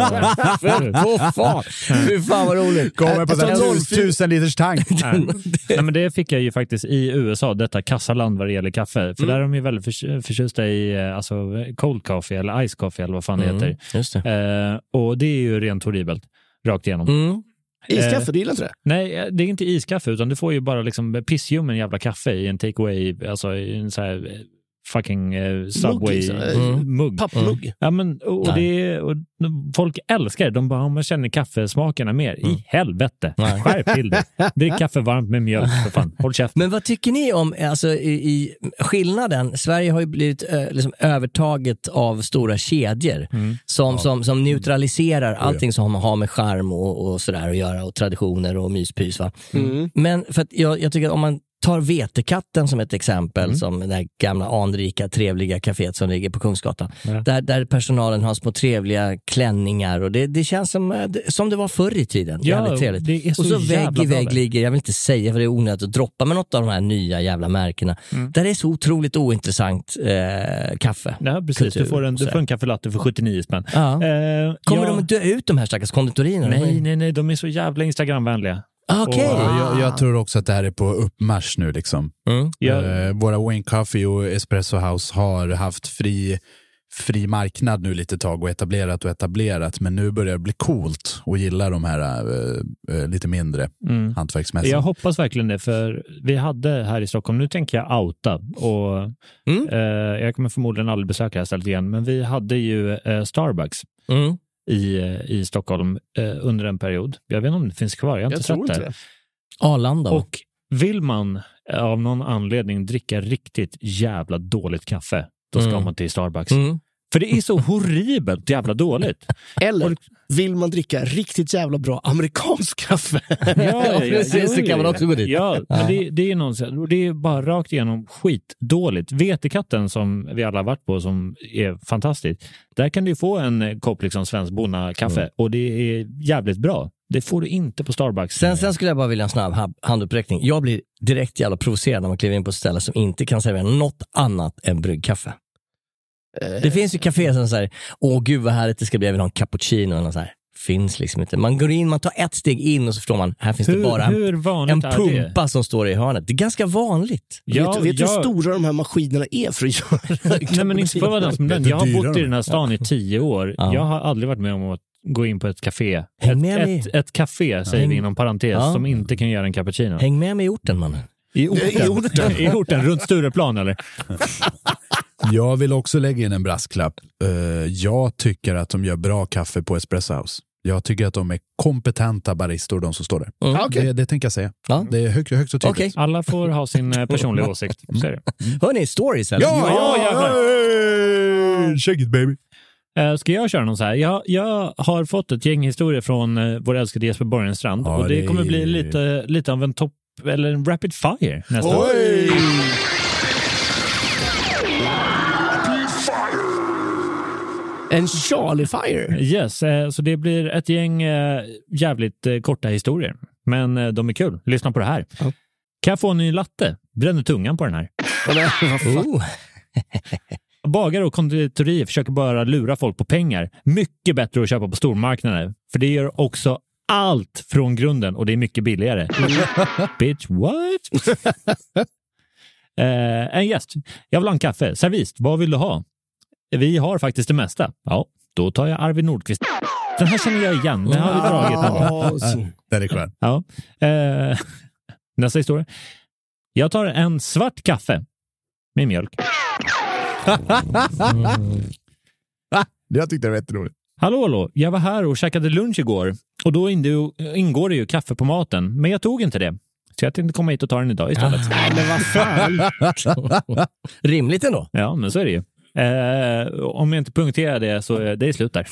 På fat. Fy fan vad roligt. Kommer på så tusen liters tank. Nej. Nej, men det fick jag ju faktiskt i U S A, detta kassaland vad det gäller kaffe. För mm. där är de ju väldigt för, förtjusta i alltså, cold coffee eller ice coffee eller vad fan det mm. heter. Just det. Eh, och det är ju rent horribelt. Rakt igenom. Mm. Iskaffe, det gillar inte det? Nej, det är inte iskaffe, utan du får ju bara liksom pissljummen jävla kaffe i en takeaway, alltså i en så här fucking uh, Subway mm. mugg. Pappmugg. Mm. Ja, men och, och det och folk älskar det. De bara, om man känner kaffesmakerna mer. Mm. I helvete. Nej. Skärp till det. Det är kaffe varmt med mjölk, för fan. Håll käft. Men vad tycker ni om alltså, i, i skillnaden? Sverige har ju blivit ö, liksom, övertaget av stora kedjor mm. som, ja. som, som neutraliserar allting som har med charm och, och sådär att göra, och traditioner och myspys, va? Mm. Men för att jag, jag tycker att om man tar Vetekatten som ett exempel, mm. som det här gamla anrika trevliga kaféet som ligger på Kungsgatan. Ja. Där, där personalen har små trevliga klänningar och det, det känns som, som det var förr i tiden. Ja, jävligt trevligt. Det är så och så vägg i vägg bra ligger, jag vill inte säga för det är onödigt att droppa, men något av de här nya jävla märkena. Mm. Där det är så otroligt ointressant eh, kaffe. Ja, precis. Kultur, du får en, du får en kaffelatte för sjuttionio spänn. Ja. Eh, Kommer ja. de att dö ut, de här stackars konditorierna? Nej, nej, nej. De är så jävla Instagramvänliga. Okay. Och jag, jag tror också att det här är på uppmarsch nu liksom. Mm. Ja. Uh, våra Wayne Coffee och Espresso House har haft fri, fri marknad nu lite tag och etablerat och etablerat, men nu börjar det bli coolt och gilla de här uh, uh, lite mindre mm. hantverksmässiga. Jag hoppas verkligen det, för vi hade här i Stockholm, nu tänker jag outa och mm. uh, jag kommer förmodligen aldrig besöka det här stället igen, men vi hade ju uh, Starbucks mm. i, i Stockholm eh, under en period. Jag vet inte om det finns kvar, jag har inte jag sett det. det. Arlanda. Och vill man av någon anledning dricka riktigt jävla dåligt kaffe, då ska mm. man till Starbucks. Mm. För det är så horribelt jävla dåligt. Eller vill man dricka riktigt jävla bra amerikansk kaffe? Ja, ja, precis, det kan man också gå dit. Ja, men det, det är någonstans, det är bara rakt igenom skitdåligt. Vetekatten som vi alla har varit på, som är fantastiskt. Där kan du få en kopp liksom svensk bonna kaffe mm. och det är jävligt bra. Det får du inte på Starbucks. Sen, sen skulle jag bara vilja en snabb handuppräckning. Jag blir direkt jävla provocerad när man kliver in på ett ställe som inte kan servera något annat än bryggkaffe. Det finns ju kaféer som säger, åh gud vad härligt det ska bli, jag vill ha en cappuccino eller så här. Finns liksom inte. Man går in, man tar ett steg in och så förstår man, här finns hur, det bara en, en pumpa som står i hörnet. Det är ganska vanligt. Ja, vet vet du jag... hur stora de här maskinerna är för att göra? Nej, men inte för vad den, jag har bott i den här stan i tio år. Ja. Jag har aldrig varit med om att gå in på ett café. Ett, ett, ett café, säger Häng... vi inom parentes, ja. som inte kan göra en cappuccino. Häng med mig i orten, man. I orten? I orten, I orten runt Stureplan, eller? Jag vill också lägga in en brasklapp. Uh, jag tycker att de gör bra kaffe på Espresso House. Jag tycker att de är kompetenta baristor, de som står där. Mm. Okay. Det, det tänker jag säga. Ja. Det är högt, högt och tydligt. Okay. Alla får ha sin personliga åsikt. Så är det. Mm. Hör ni stories eller? Ja, ja, ja, ja. Shake it baby. Uh, ska jag köra någon så här? Jag, jag har fått ett gäng historier från uh, vår älskade Jesper Borgenstrand. Ja, och det, det kommer bli lite, lite av en topp eller en rapid fire nästan. Oj! En Charlie Fire. Yes, eh, så det blir ett gäng eh, jävligt eh, korta historier. Men eh, de är kul. Lyssna på det här. Ja. Kan jag få en ny latte? Bränner tungan på den här. Oh. Bagare och konditorier försöker bara lura folk på pengar. Mycket bättre att köpa på stormarknader. För det gör också allt från grunden och det är mycket billigare. Bitch, what? eh, en gäst. Jag vill ha en kaffe. Servist, vad vill du ha? Vi har faktiskt det mesta. Ja, då tar jag Arvid Nordqvist. Den här känner jag igen. Den har vi dragit. Det är skön. Ja. Eh, nästa historia. Jag tar en svart kaffe med mjölk. mm. Jag tyckte det var jätteroligt. Hallå, hallå. Jag var här och käkade lunch igår. Och då ingår det ju kaffe på maten. Men jag tog inte det. Så jag tänkte komma hit och ta den idag istället. Nej, men vad fan. Rimligt ändå. Ja, men så är det ju. Eh, om jag inte punkterar det så är det slut där.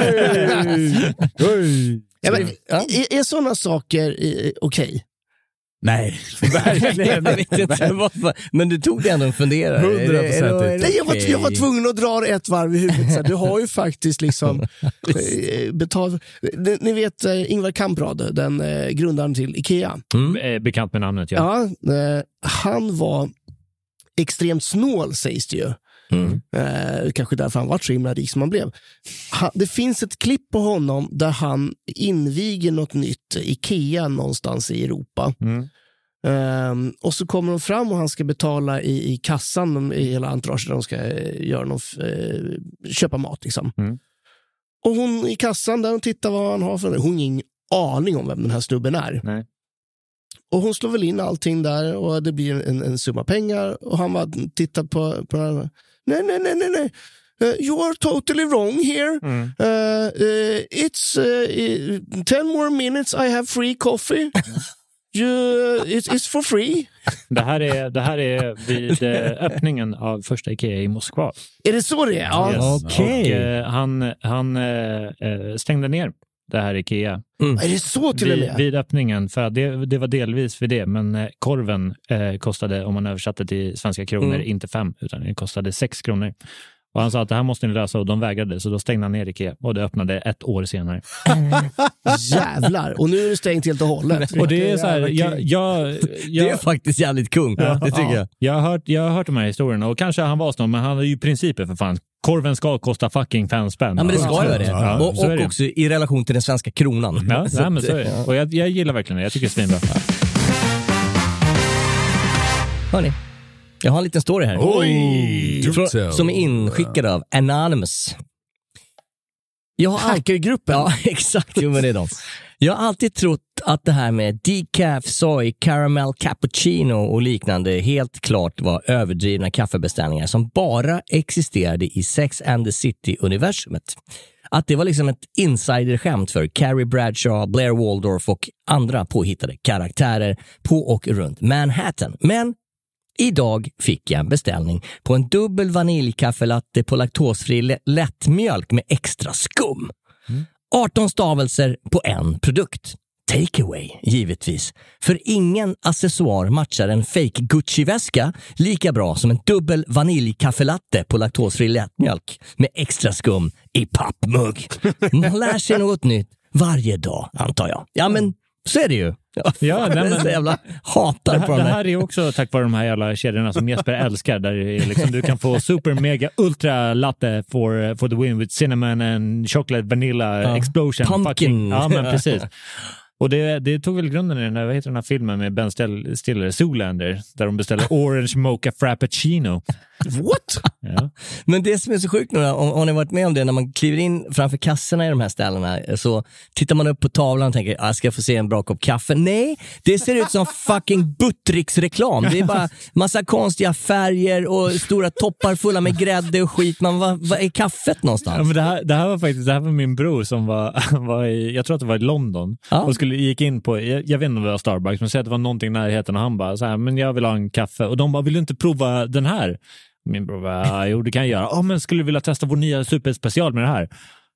Oj! Oj! Ja, men, är, är sådana saker okej? Okay? Nej, verkligen. Jag vet inte varför. Men du tog det ändå en funderare. hundra procent. Nej, jag var, jag var tvungen att dra det ett varv i huvudet. Så du har ju faktiskt liksom betalt. Ni, ni vet eh, Ingvar Kamprad, den eh, grundaren till Ikea. Mm. Eh, bekant med namnet, ja. Ja, eh, han var extremt snål, sägs det ju. Mm. Eh, kanske därför han var så himla rik som han blev. Han, det finns ett klipp på honom där han inviger något nytt Ikea någonstans i Europa. Mm. Um, och så kommer de fram och han ska betala i, i kassan i hela entouraget där de ska uh, göra någon, uh, köpa mat liksom. Mm. Och hon i kassan där hon tittar vad han har för, hon har ingen aning om vem den här snubben är. Nej. Och hon slår väl in allting där och det blir en, en summa pengar och han bara tittar på, på den här. Nej, nej, nej, nej, nej. Uh, you are totally wrong here. Mm. Uh, uh, it's uh, ten more minutes I have free coffee. You, it's, it's for free. Det här är, det här är vid uh, öppningen av första Ikea i Moskva. Är det så det är? Ja. Yes. Okej. Okay. Uh, han han uh, stängde ner det här Ikea. Mm. Är det så till och med? Vid, vid öppningen, för det, det var delvis för det, men eh, korven eh, kostade, om man översatte till svenska kronor, mm. inte fem, utan det kostade sex kronor. Och han sa att det här måste ni lösa och de vägrade, så då stängde han ner Ikea och det öppnade ett år senare. Jävlar, och nu är det stängt helt och hållet. Och det är så här, jag, jag, jag, det är faktiskt jävligt kung, ja, det tycker ja. jag. Jag har, hört, jag har hört de här historierna och kanske han var snart, men han har ju principer för fan. Korven ska kosta fucking fem spänn. Ja, men det ska ju det. Ja, och och också i relation till den svenska kronan. Ja, nej, men så är det. Och jag, jag gillar verkligen det. Jag tycker det är svinbra. Hörni, jag har en liten story här. Oj! Från, som är inskickad av Anonymous. Jag har Hackergruppen. Ja, exakt. Jo, men det är de. Jag har alltid trott att det här med decaf, soy, caramel, cappuccino och liknande helt klart var överdrivna kaffebeställningar som bara existerade i Sex and the City-universumet. Att det var liksom ett insiderskämt för Carrie Bradshaw, Blair Waldorf och andra påhittade karaktärer på och runt Manhattan. Men idag fick jag en beställning på en dubbel vaniljkaffelatte på laktosfri lättmjölk med extra skum. Mm. arton stavelser på en produkt. Takeaway, givetvis. För ingen accessoar matchar en fake Gucci-väska lika bra som en dubbel vaniljkaffelatte på laktosfri lättmjölk med extra skum i pappmugg. Man lär sig något nytt varje dag, antar jag. Ja, men så är det ju. Ja, nej, men, så jävla hatar det, här, på det här är också tack vare de här jävla kedjorna som Jesper älskar, där det är liksom, du kan få super mega ultra latte for, for the win with cinnamon and chocolate vanilla ja. explosion. Pumpkin. Fucking, ja, men precis. Och det, det tog väl grunden i den här, vad heter den här filmen med Ben Stiller, Zoolander, där de beställer orange mocha frappuccino. What? Ja. Men det som är så sjukt nu, om, om ni varit med om det, när man kliver in framför kassorna i de här ställena så tittar man upp på tavlan och tänker, ah, ska jag få se en bra kopp kaffe? Nej, det ser ut som fucking Buttricks-reklam. Det är bara massa konstiga färger och stora toppar fulla med grädde och skit. Man, vad, vad är kaffet någonstans? Ja, men det, här, det här var faktiskt, det här var min bror som var, var i, jag tror att det var i London, ja. och skulle, gick in på, jag, jag vet inte om det var Starbucks, men säg att det var någonting i närheten och han bara så här, men jag vill ha en kaffe. Och de bara, vill du inte prova den här? Min bror bara, jo det kan jag göra. Ja, oh, men skulle du vilja testa vår nya superspecial med det här?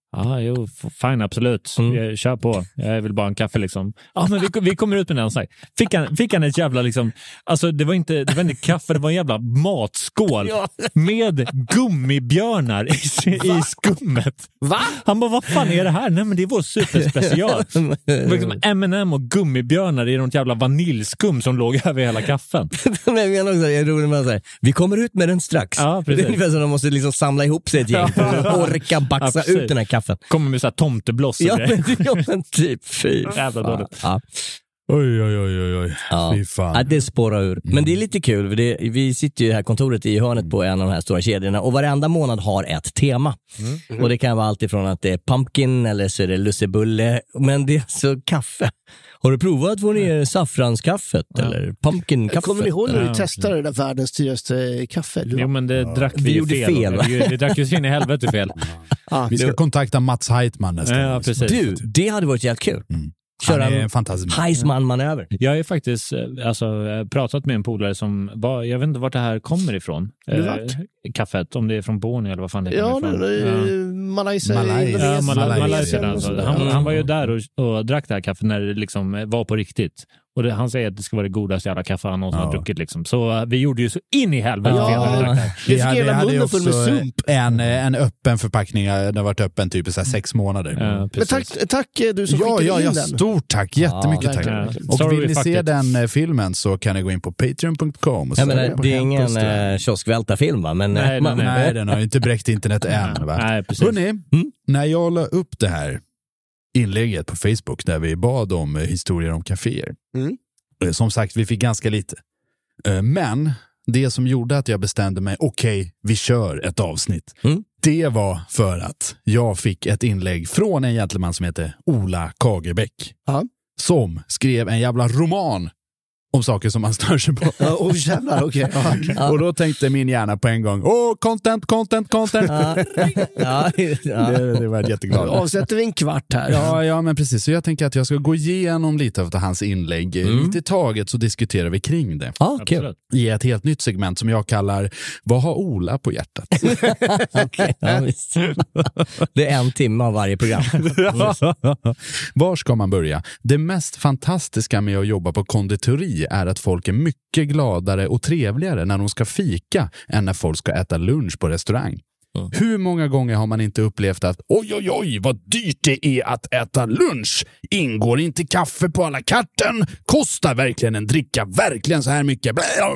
Ja, jo, fine, absolut. Mm. Jag, kör på. Jag vill bara en kaffe liksom. Ja, men vi, vi kommer ut med den. Så här. Fick, han, fick han ett jävla liksom... Alltså, det var inte, det var inte kaffe, det var en jävla matskål Ja. med gummibjörnar i, i skummet. Va? Han bara, vad fan är det här? Nej, men det är vår superspecial. Det var liksom M and M och gummibjörnar i något jävla vaniljskum som låg över hela kaffen. Men jag menar också, jag är rolig med att säga, vi kommer ut med den strax. Ja, det är precis. ungefär som de måste liksom samla ihop sig ett gäng för att orka baxa Ja, ut den här kaffen. Kommer med så här tomtebloss och Ja, grejer. men, ja, men typ, fy Jävla fan. dåligt. Ja. Oj, oj, oj, oj, oj. Ja. Fy fan. Ja, det spårar ur. Men det är lite kul, för det, vi sitter ju i det här kontoret i hörnet på en av de här stora kedjorna och varenda månad har ett tema. Mm. Och det kan vara allt ifrån att det är pumpkin eller så är det lussebulle, men det är så kaffe. Har du provat att få ner saffranskaffet ja. eller pumpkinkaffet? Kommer ni ihåg när vi Ja, testade det där världens dyraste kaffe? Jo, men det drack vi, Vi ju gjorde fel. fel, va? vi, vi drack ju in i helvete fel. Ah, Vi ska kontakta Mats Heitman nästan. Ja, precis. Du, det hade varit jävligt kul. Mm. Köra Han är en en fantastisk. Heisman-manöver. Jag har faktiskt alltså, pratat med en polare som var, jag vet inte vart det här kommer ifrån. Du Eh, kaffet, om det är från Borneo eller vad fan det Ja, kommer ifrån. det är Malaysia, Malaysia. Ja, Indonesien, Malaysia. Malaysia. Alltså. Han, han var ju där och, och drack det här kaffet när det liksom var på riktigt. Och det, han säger att det ska vara det godaste jävla kaffe han någonsin Ja. har druckit. Liksom. Så uh, vi gjorde ju så in i helvete Ja. fel när vi drack det här. Vi Vi fick hade, hela hade ju munnen full med också sump. en, en öppen förpackning. Den har varit öppen typ i så här sex månader. Ja, Men precis. tack, tack eh, du som Ja, skickade ja, in ja, den. stort tack. Jättemycket Ja, tack. verkligen, Ja. verkligen. Och Sorry, vill ni fuck se it. den eh, filmen så kan ni gå in på patreon punkt com. och Jag så menar, på det är Hämta ingen Ström. eh, kioskvältarfilm, va? Men, eh, Nej, man- nej, nej. Nej, den har ju inte bräckt internet än. Va? Nej, precis. Hörrni, när jag la upp det här inlägget på Facebook där vi bad om eh, historier om kaféer. Mm. Eh, Som sagt, vi fick ganska lite. Eh, Men det som gjorde att jag bestämde mig, okej, okay, vi kör ett avsnitt. Mm. Det var för att jag fick ett inlägg från en gentleman som heter Ola Kagerbäck. Ja. Som skrev en jävla roman om saker som man stör sig på. Ja, oh, jävlar, okej. Ja. Ja. Och då tänkte min hjärna på en gång, åh, content, content, content. Ja, ja, ja. Det, det var jag Då jätteglad. avsätter vi en kvart här. Ja, ja, men precis. Så jag tänker att jag ska gå igenom lite av hans inlägg. Mm. Lite i taget så diskuterar vi kring det. Ja, kul. Absolut. I ett helt nytt segment som jag kallar Vad har Ola på hjärtat? Okej, ja, visst. Det är en timme av varje program. Var ska man börja? Det mest fantastiska med att jobba på konditori är att folk är mycket gladare och trevligare när de ska fika än när folk ska äta lunch på restaurang. Mm. Hur många gånger har man inte upplevt att oj, oj, oj, vad dyrt det är att äta lunch? Ingår inte kaffe på alla karten? Kostar verkligen en dricka verkligen så här mycket?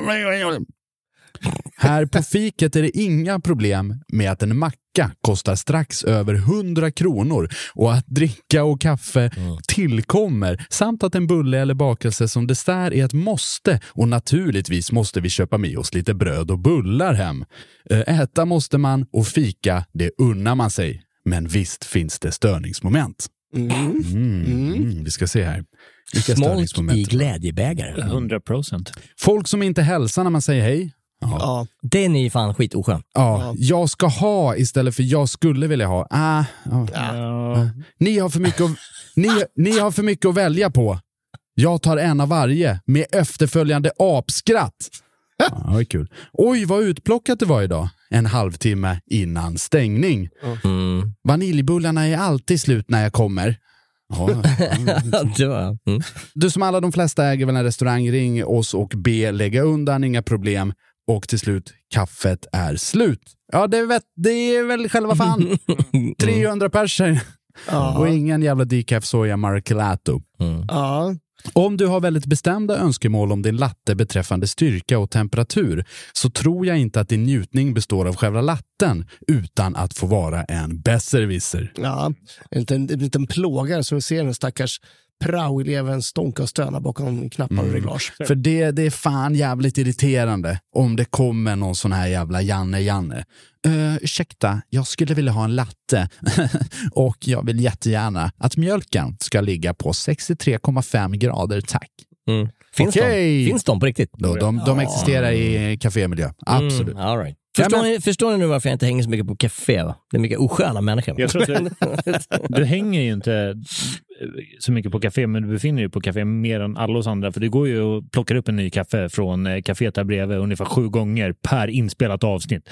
Här på fiket är det inga problem med att en macka kostar strax över hundra kronor och att dricka och kaffe Mm. tillkommer samt att en bulle eller bakelse som dessert är ett måste och naturligtvis måste vi köpa med oss lite bröd och bullar hem. Äta måste man och fika, det unnar man sig. Men visst finns det störningsmoment. Mm. Mm, mm, vi ska se här. Vilka Smolk störningsmoment? i glädjebägaren. hundra procent. Folk som inte hälsar när man säger hej. Ja. Ja. Den är ju fan skitoskön. Ja, jag ska ha istället för jag skulle vilja ha. Ah, ja. Ja. Ni har för mycket att, ni, ni har för mycket att välja på. Jag tar en av varje med efterföljande apskratt. Ja, det var kul. Oj, vad utplockat det var idag. En halvtimme innan stängning. Mm. Vaniljbullarna är alltid slut när jag kommer. Ja, Det var, mm. du som alla de flesta äger väl en restaurang, ring oss och be lägga undan, inga problem. Och till slut, kaffet är slut. Ja, det är, vet, det är väl själva fan. trehundra personer. Ja. Och ingen jävla decaf soja marcelato. Mm. Ja. Om du har väldigt bestämda önskemål om din latte beträffande styrka och temperatur så tror jag inte att din njutning består av själva latten utan att få vara en besserwisser. Ja, en liten, en liten plågare som vi ser den stackars prao-eleven stånka och stöna bakom knappar och reglage. För det, det är fan jävligt irriterande om det kommer någon sån här jävla Janne-Janne. Uh, ursäkta, jag skulle vilja ha en latte och jag vill jättegärna att mjölken ska ligga på sextiotre komma fem grader, tack. Mm. Finns, Okej. de? Finns de på riktigt? De, de, de existerar i kafémiljö, absolut. Mm, all right. Förstår, ni, förstår ni nu varför jag inte hänger så mycket på café? Va? Det är mycket osköna människor. Jag tror att du, du hänger ju inte så mycket på café, men du befinner dig på café mer än alla oss andra. För det går ju och plockar upp en ny kafé från kaféet där bredvid ungefär sju gånger per inspelat avsnitt.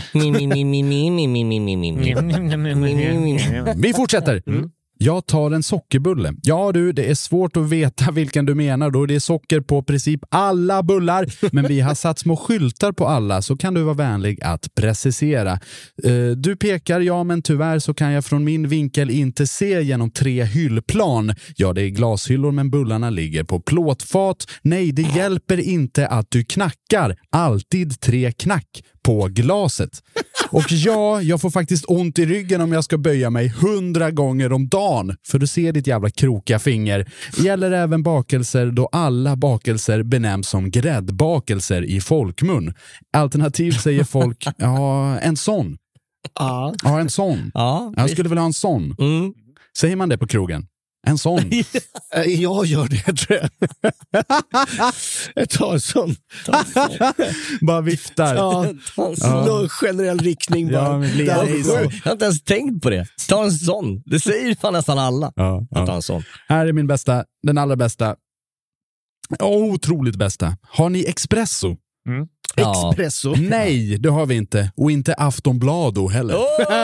Vi fortsätter. Mm. Jag tar en sockerbulle. Ja du, det är svårt att veta vilken du menar då. Det är socker på princip alla bullar. Men vi har satt små skyltar på alla, så kan du vara vänlig att precisera. Uh, du pekar, ja men tyvärr så kan jag från min vinkel inte se genom tre hyllplan. Ja, det är glashyllor men bullarna ligger på plåtfat. Nej, det hjälper inte att du knackar. Alltid tre knack på glaset. Och ja, jag får faktiskt ont i ryggen om jag ska böja mig hundra gånger om dagen. För du ser ditt jävla krokiga finger. Gäller även bakelser då alla bakelser benämns som gräddbakelser i folkmun. Alternativt säger folk, ja, en sån. Ja, ja en sån. Ja, jag skulle vilja ha en sån. Mm. Säger man det på krogen? En sån. Jag gör det, tror jag. Jag tar en sån. Bara viftar. Ja, ja. Generell riktning bara. Ja, jag har inte ens tänkt på det. Ta en sån. Det säger fan nästan alla. Ja, ja. Ta en sån. Här är min bästa, den allra bästa. Oh, otroligt bästa. Har ni espresso? Mm. Ja. Espresso? Nej, det har vi inte. Och inte Aftonblado heller.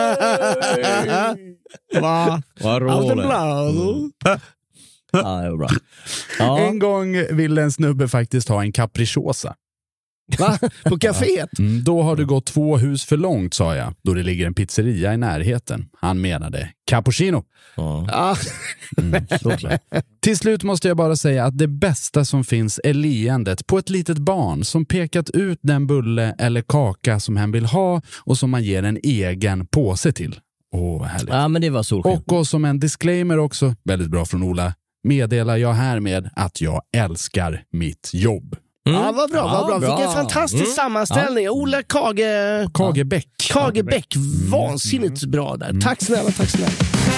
Va? Vad roligt. Aftonblado. Mm. Ja, det var bra. Ja. En gång ville en snubbe faktiskt ha en capricciosa. Va? På kaféet? Mm, då har du gått två hus för långt, sa jag. Då det ligger en pizzeria i närheten. Han menade cappuccino. Ja. Mm, till slut måste jag bara säga att det bästa som finns är leendet på ett litet barn som pekat ut den bulle eller kaka som han vill ha och som man ger en egen påse till. Åh, härligt. Ja, men det var solsken. Och, och som en disclaimer också, väldigt bra från Ola, meddelar jag härmed att jag älskar mitt jobb. Mm. Ja, vad bra, ja, vad bra. bra. Vilken fantastisk Mm. sammanställning. Ja. Ola Kage... Kagebäck. Kagebäck. Vansinnigt mm. bra där. Tack snälla, tack snälla.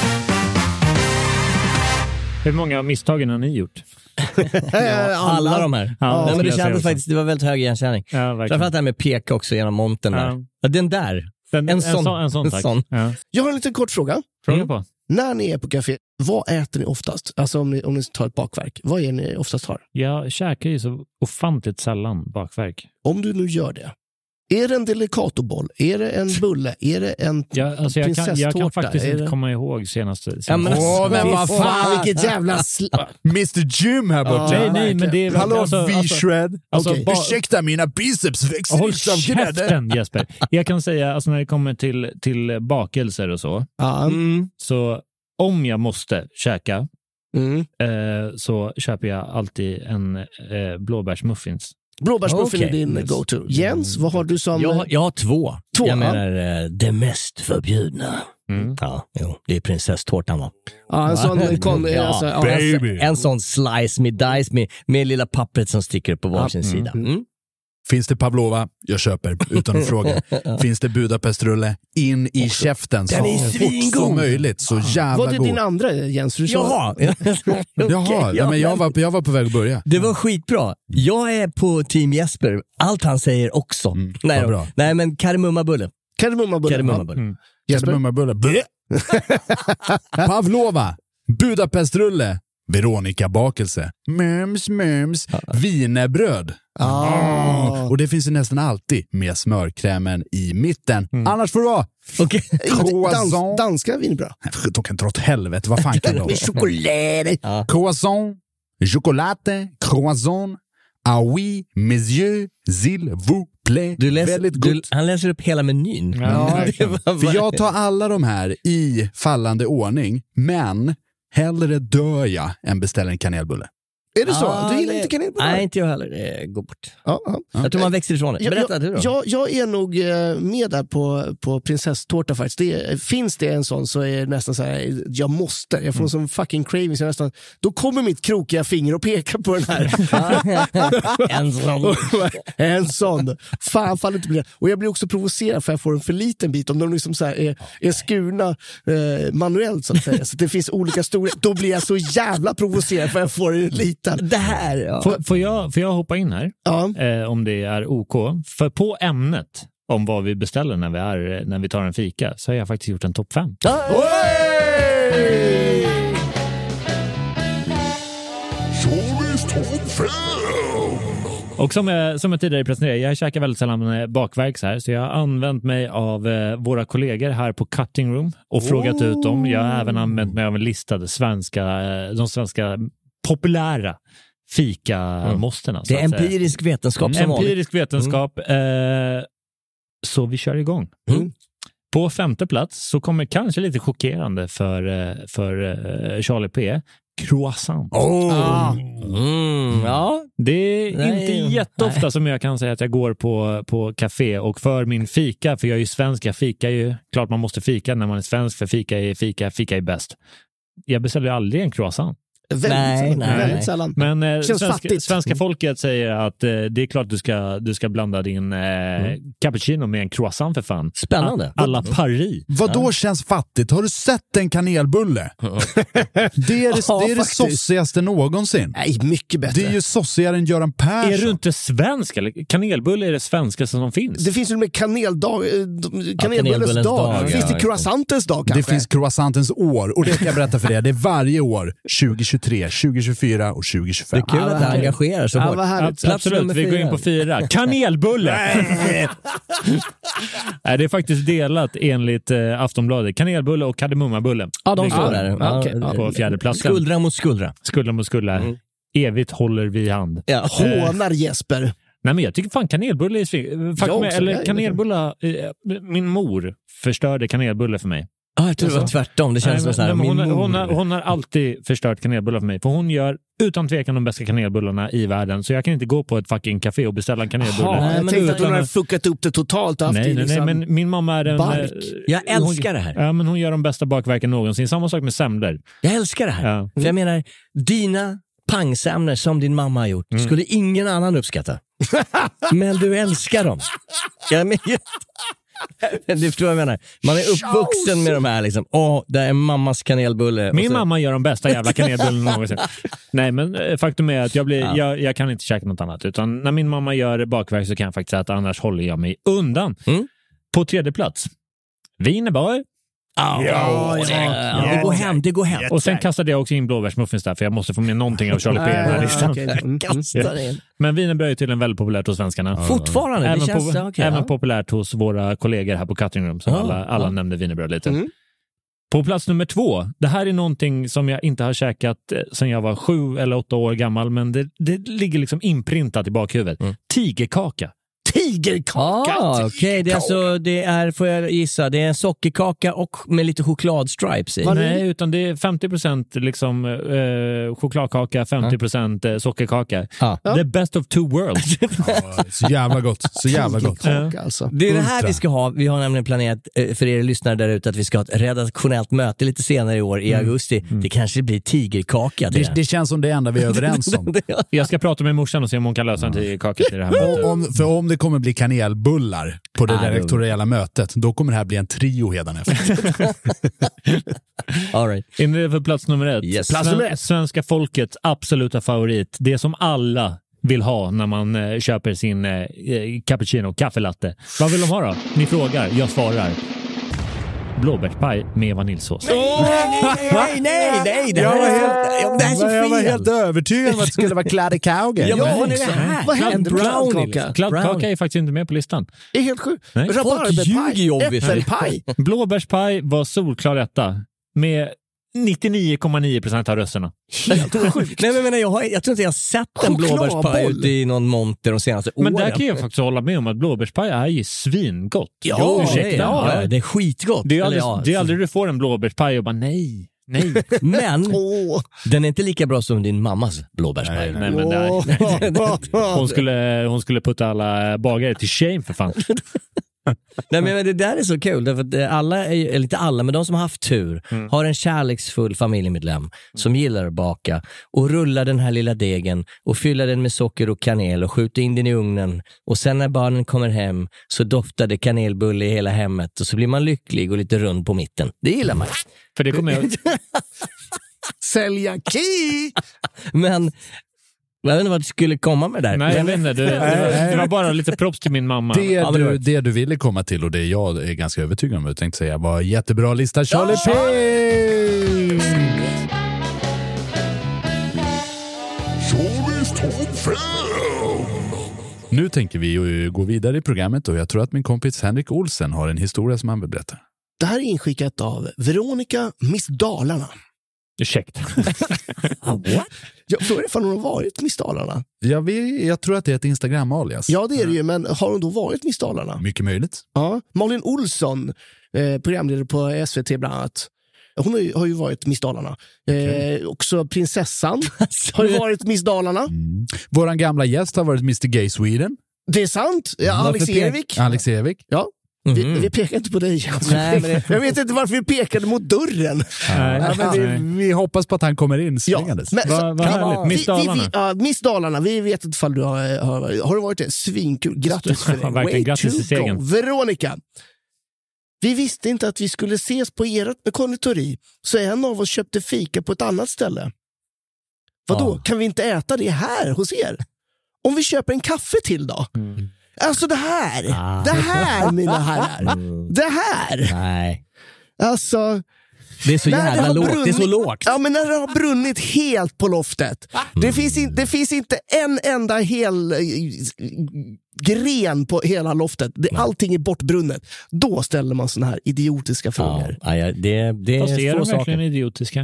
Hur många misstagen har ni gjort? Ja, alla de här. Ja, Nej, men det kändes faktiskt, det var väldigt hög igenkänning. Ja, framförallt det här med peka också genom monten där. Ja. Ja, den där. Den, en, en sån. sån, en sån, en tack. sån. Ja. Jag har en liten kort fråga. Fråga mm. på. När ni är på café, vad äter ni oftast? Alltså om ni, om ni tar ett bakverk, vad är ni oftast har? Jag käkar ju så ofantligt sällan bakverk. Om du nu gör det, är det en delicatoboll? Är det en bulle? Är det en ja, alltså jag, kan, jag kan faktiskt inte det... komma ihåg senaste. Ja, men, Åh, men vad fan, vilket jävla sl- mister Jim här borta. Ah, nej, nej, men det är hallå, alltså, V-shred. Alltså, okay. ba- Ursäkta, mina biceps växer håll som grädde. käften, Jesper. Jag kan säga, alltså när det kommer till, till bakelser och så, mm. så om jag måste käka mm. eh, så köper jag alltid en eh, blåbärsmuffins. Blåbärsmuffin okay. är din go-to. Jens, vad har du som... Jag, jag har två. två jag menar eh, det mest förbjudna. Mm. Ja, jo, det är prinsesstårtan, va? Ja, en sån kon, ja, alltså, ja, baby. En, en sån slice med dice med, med lilla pappret som sticker upp på varsin ja, sida. Mm. Finns det pavlova? Jag köper, utan att fråga. Finns det budapestrulle? In i också. Käften så fort som möjligt. Så jävla god. Vad är din andra, Jens? Du Jaha. Jaha, ja, men jag, var, jag var på väg att börja. Det var skitbra. Jag är på team Jesper. Allt han säger också. Mm, nej, bra. nej, men kardemummabulle. Kardemummabulle. Kardemummabulle. Mm. Kardemummabulle. Pavlova. Budapestrulle. Veronica bakelse. Mums, mums. Wienerbröd. Ah. Och det finns ju nästan alltid med smörkrämen i mitten. Mm. Annars får det vara. Okay. Dans, danska wienerbröd. De kan dra åt helvete. Vad fan kan de? Med choklad. Ja. Croissant, chocolate, croissant. Ah oui, monsieur, s'il vous plaît. Du läser, väldigt du, gott. han läser upp hela menyn. Ja, för jag tar alla de här i fallande ordning, men hellre dör jag än beställer en kanelbulle. Är det så? Ah, du gillar det... inte kanelbulle? Nej, inte jag heller. Det går bort. Ja, ja. Jag tror man växer ifrån det. Berätta jag, du då. Jag, jag är nog med där på, på prinsesstårta faktiskt. Det, finns det en sån så är det nästan så här, jag måste. Jag får mm. som fucking craving. Så nästan, då kommer mitt krokiga finger och pekar på den här. en sån. en sån. Fan, fan inte blir. Och jag blir också provocerad för jag får en för liten bit. Om de liksom så här är, är skurna eh, manuellt så att säga. Så det finns olika storlek. Då blir jag så jävla provocerad för jag får en liten. Det här, ja. Får, får, jag, får jag hoppa in här? Ja. Eh, om det är OK. För på ämnet om vad vi beställer när vi, är, när vi tar en fika, så har jag faktiskt gjort en topp fem. Och som jag, som jag tidigare presenterade, jag käkar väldigt sällan bakverk så här, så jag har använt mig av eh, våra kollegor här på Cutting Room och oh. frågat ut dem. Jag har även använt mig av en listad svenska, de svenska populära fika-måsterna. Mm. Det är empirisk vetenskap som vanligt. Empirisk vetenskap. Mm. Eh, så vi kör igång. Mm. På femte plats så kommer kanske lite chockerande för, för Charlie P. Croissant. Oh. Ah. Mm, ja. Det är nej, inte jätteofta nej. som jag kan säga att jag går på, på café och för min fika, för jag är ju svensk, jag fikar ju, klart man måste fika när man är svensk, för fika är fika, fika är bäst. Jag beställer ju aldrig en croissant. Väldigt, nej, nej, väldigt sällan. Men eh, svenska, svenska folket säger att eh, det är klart du ska, du ska blanda din eh, mm. cappuccino med en croissant för fan. Spännande. Alla Paris. Vad då ja. känns fattigt? Har du sett en kanelbulle? det är det, ja, det, är det sossigaste någonsin. Nej, mycket bättre. Det är ju sossigare än Göran Persson. Är du inte svensk? Eller? Kanelbulle är det svenskaste som finns. Det finns ju med kaneldag, kanelbullens ja, dag. Ja, finns det croissantens dag kanske? Det finns croissantens år. Och det kan jag berätta för det. Det är varje år. tjugo tjugotre, tjugo tjugofyra och tjugo tjugofem. Det är kul ah, att det engagerar så ah, hårt. Abs- absolut, vi går in på fyra. Kanelbulle! Nej, det är faktiskt delat enligt eh, Aftonbladet. Kanelbulle och kardemummabulle. Ja, de står där. Ja, okay. ja, på fjärde platsen. Skuldra mot skuldra. Skuldra mot skuldra. Mm. Evigt håller vi i hand. Ja. Hånar Jesper. Nej, men jag tycker fan kanelbulle är sving. Faktum är, eller kanelbulle, eh, min mor förstörde kanelbulle för mig. Ah, jag tror det var tvärtom. Det känns nej, men, så här, hon, min hon, har, hon har alltid förstört kanelbullar för mig. För hon gör utan tvekan de bästa kanelbullarna i världen. Så jag kan inte gå på ett fucking café och beställa en kanelbulle. Aha, jag tänkte utan... att hon har fuckat upp det totalt. Nej, nej, liksom nej, men min mamma är en... Bark. Jag älskar hon, det här. Ja, men hon gör de bästa bakverken någonsin. Samma sak med semlor. Jag älskar det här. Ja. För jag menar, dina pangsemlor som din mamma har gjort mm. skulle ingen annan uppskatta. Men du älskar dem. Jag menar... Det förstår jag menar. Man är uppvuxen med de här liksom. Åh, det är mammas kanelbulle. Min så... mamma gör de bästa jävla kanelbullarna någonsin. Nej, men faktum är att jag, blir, ja. jag, jag kan inte käka något annat. Utan när min mamma gör bakverk så kan jag faktiskt säga att annars håller jag mig undan. Mm. På tredje plats. Wienerbar. Oh, ja, ja, ja, det går hem, det går hem. Och sen kastade jag också in blåbärsmuffins där, för jag måste få med någonting av Charlie P. den här listan. Okay. Mm. Men wienerbröd är tydligen väldigt populärt hos svenskarna. Fortfarande, även, det känns, po- okay, även ja. populärt hos våra kollegor här på Cutting Room, som oh, alla, alla oh. nämnde wienerbröd lite. Mm. På plats nummer två, det här är någonting som jag inte har käkat sedan jag var sju eller åtta år gammal, men det, det ligger liksom inprintat i bakhuvudet. Mm. Tigerkaka. Tigerkaka. Ah, okej, okay. Det är alltså, det är, får jag gissa, det är en sockerkaka och med lite chokladstripes i. Nej, utan det är femtio procent liksom eh, chokladkaka, femtio procent eh, sockerkaka. Ah. The best of two worlds. Ja, så jävla gott, så jävla gott. Alltså. Det är det här vi ska ha. Vi har nämligen planerat för er lyssnare där ute att vi ska ha ett redaktionellt möte lite senare i år i mm. augusti. Mm. Det kanske blir tigerkaka. Det, det känns som det enda vi är överens om. Jag ska prata med morsan och se om hon kan lösa en tigerkaka till det här mötet. Om, för om det kommer bli kanelbullar på det ah, rektoriella mötet, då kommer det här bli en trio hädanefter. All right. Inne för plats nummer ett. Yes. Plats nummer ett. Svenska folkets absoluta favorit. Det som alla vill ha när man eh, köper sin eh, cappuccino, kaffelatte. Vad vill de ha då? Ni frågar, jag svarar. Blåbärspaj med vaniljsås. Nej, nej, nej, nej, nej. Det, här jag, var helt, det här är så fel. Jag var helt övertygad om att det skulle vara kladdekauge. Ja, vad är det här? Vad händer med kladdkaka? Kladdkaka är faktiskt inte med på listan. Det är helt sjukt. Folk ljuger äppelpaj. Blåbärspaj var solklar etta med nittionio komma nio procent av rösterna. Helt sjukt. Nej, men, men jag, har, jag tror inte jag har sett en blåbärspaj ute i någon monter de senaste men åren. Men där kan jag faktiskt hålla med om att blåbärspaj är ju svingott. Ja, ursäkta. Ja, ja, det är skitgott. Det är aldrig, ja, det är aldrig du får en blåbärspaj och bara nej. Nej. Men oh. den är inte lika bra som din mammas blåbärspaj. Nej, nej, men där, hon, skulle, hon skulle putta alla bagare till shame för fan. Nej, men det där är så kul därför att alla, eller inte alla, men de som har haft tur mm. har en kärleksfull familjemedlem mm. som gillar att baka och rullar den här lilla degen och fyller den med socker och kanel och skjuter in den i ugnen och sen när barnen kommer hem så doftar det kanelbulle i hela hemmet och så blir man lycklig och lite rund på mitten. Det gillar man. För det kommer jag sälja ki. Men Jag vet inte vad du skulle komma med där. Nej, jag vet inte. Det, det, var, det var bara lite props till min mamma. Det, Ja, du, det, det du ville komma till och det jag är ganska övertygad om, jag tänkte säga, var jättebra lista. Charlie Ja! P! Nu tänker vi ju gå vidare i programmet och jag tror att min kompis Henrik Olsen har en historia som han vill berätta. Det här är inskickat av Veronica Miss Dalarna. Ursäkta. What? Jag frågar ifall hon har varit Miss Dalarna. Ja, vi, jag tror att det är ett Instagram-alias. Ja, det är det ju, men har hon då varit Miss Dalarna? Mycket möjligt. Ja, Malin Olsson, eh, programledare på S V T bland annat. Hon har ju, har ju varit Miss Dalarna. Eh, också prinsessan har ju varit Miss Dalarna. Mm. Våran gamla gäst har varit mister Gay Sweden. Det är sant. Ja, Alex Evik. Alex Evik. Ja. Mm-hmm. Vi, vi pekar inte på dig. Nej, men det... Jag vet inte varför vi pekade mot dörren. Nej, ja, men vi, vi hoppas på att han kommer in springandes. Ja, Vad va härligt. Miss Dalarna. Vi, vi, ja, Miss Dalarna. Vi vet inte ifall du har, har, har du varit det. Svinkul. Grattis för det. Verkligen, grattis till segern. Veronica. Vi visste inte att vi skulle ses på ert med konditori. Så en av oss köpte fika på ett annat ställe. Vadå? Ja. Kan vi inte äta det här hos er? Om vi köper en kaffe till då? Mm. Alltså det här, ah. det här mina herrar, mm. det här. Nej. Alltså, det är så jävla lågt, brunnit, det är så lågt. Ja, men när det har brunnit helt på loftet. Mm. Det, finns in, det finns inte en enda hel äh, gren på hela loftet. Det, allting är bortbrunnet. Då ställer man såna här idiotiska frågor. Ja, ja, det, det är Fast är de saker. verkligen idiotiska?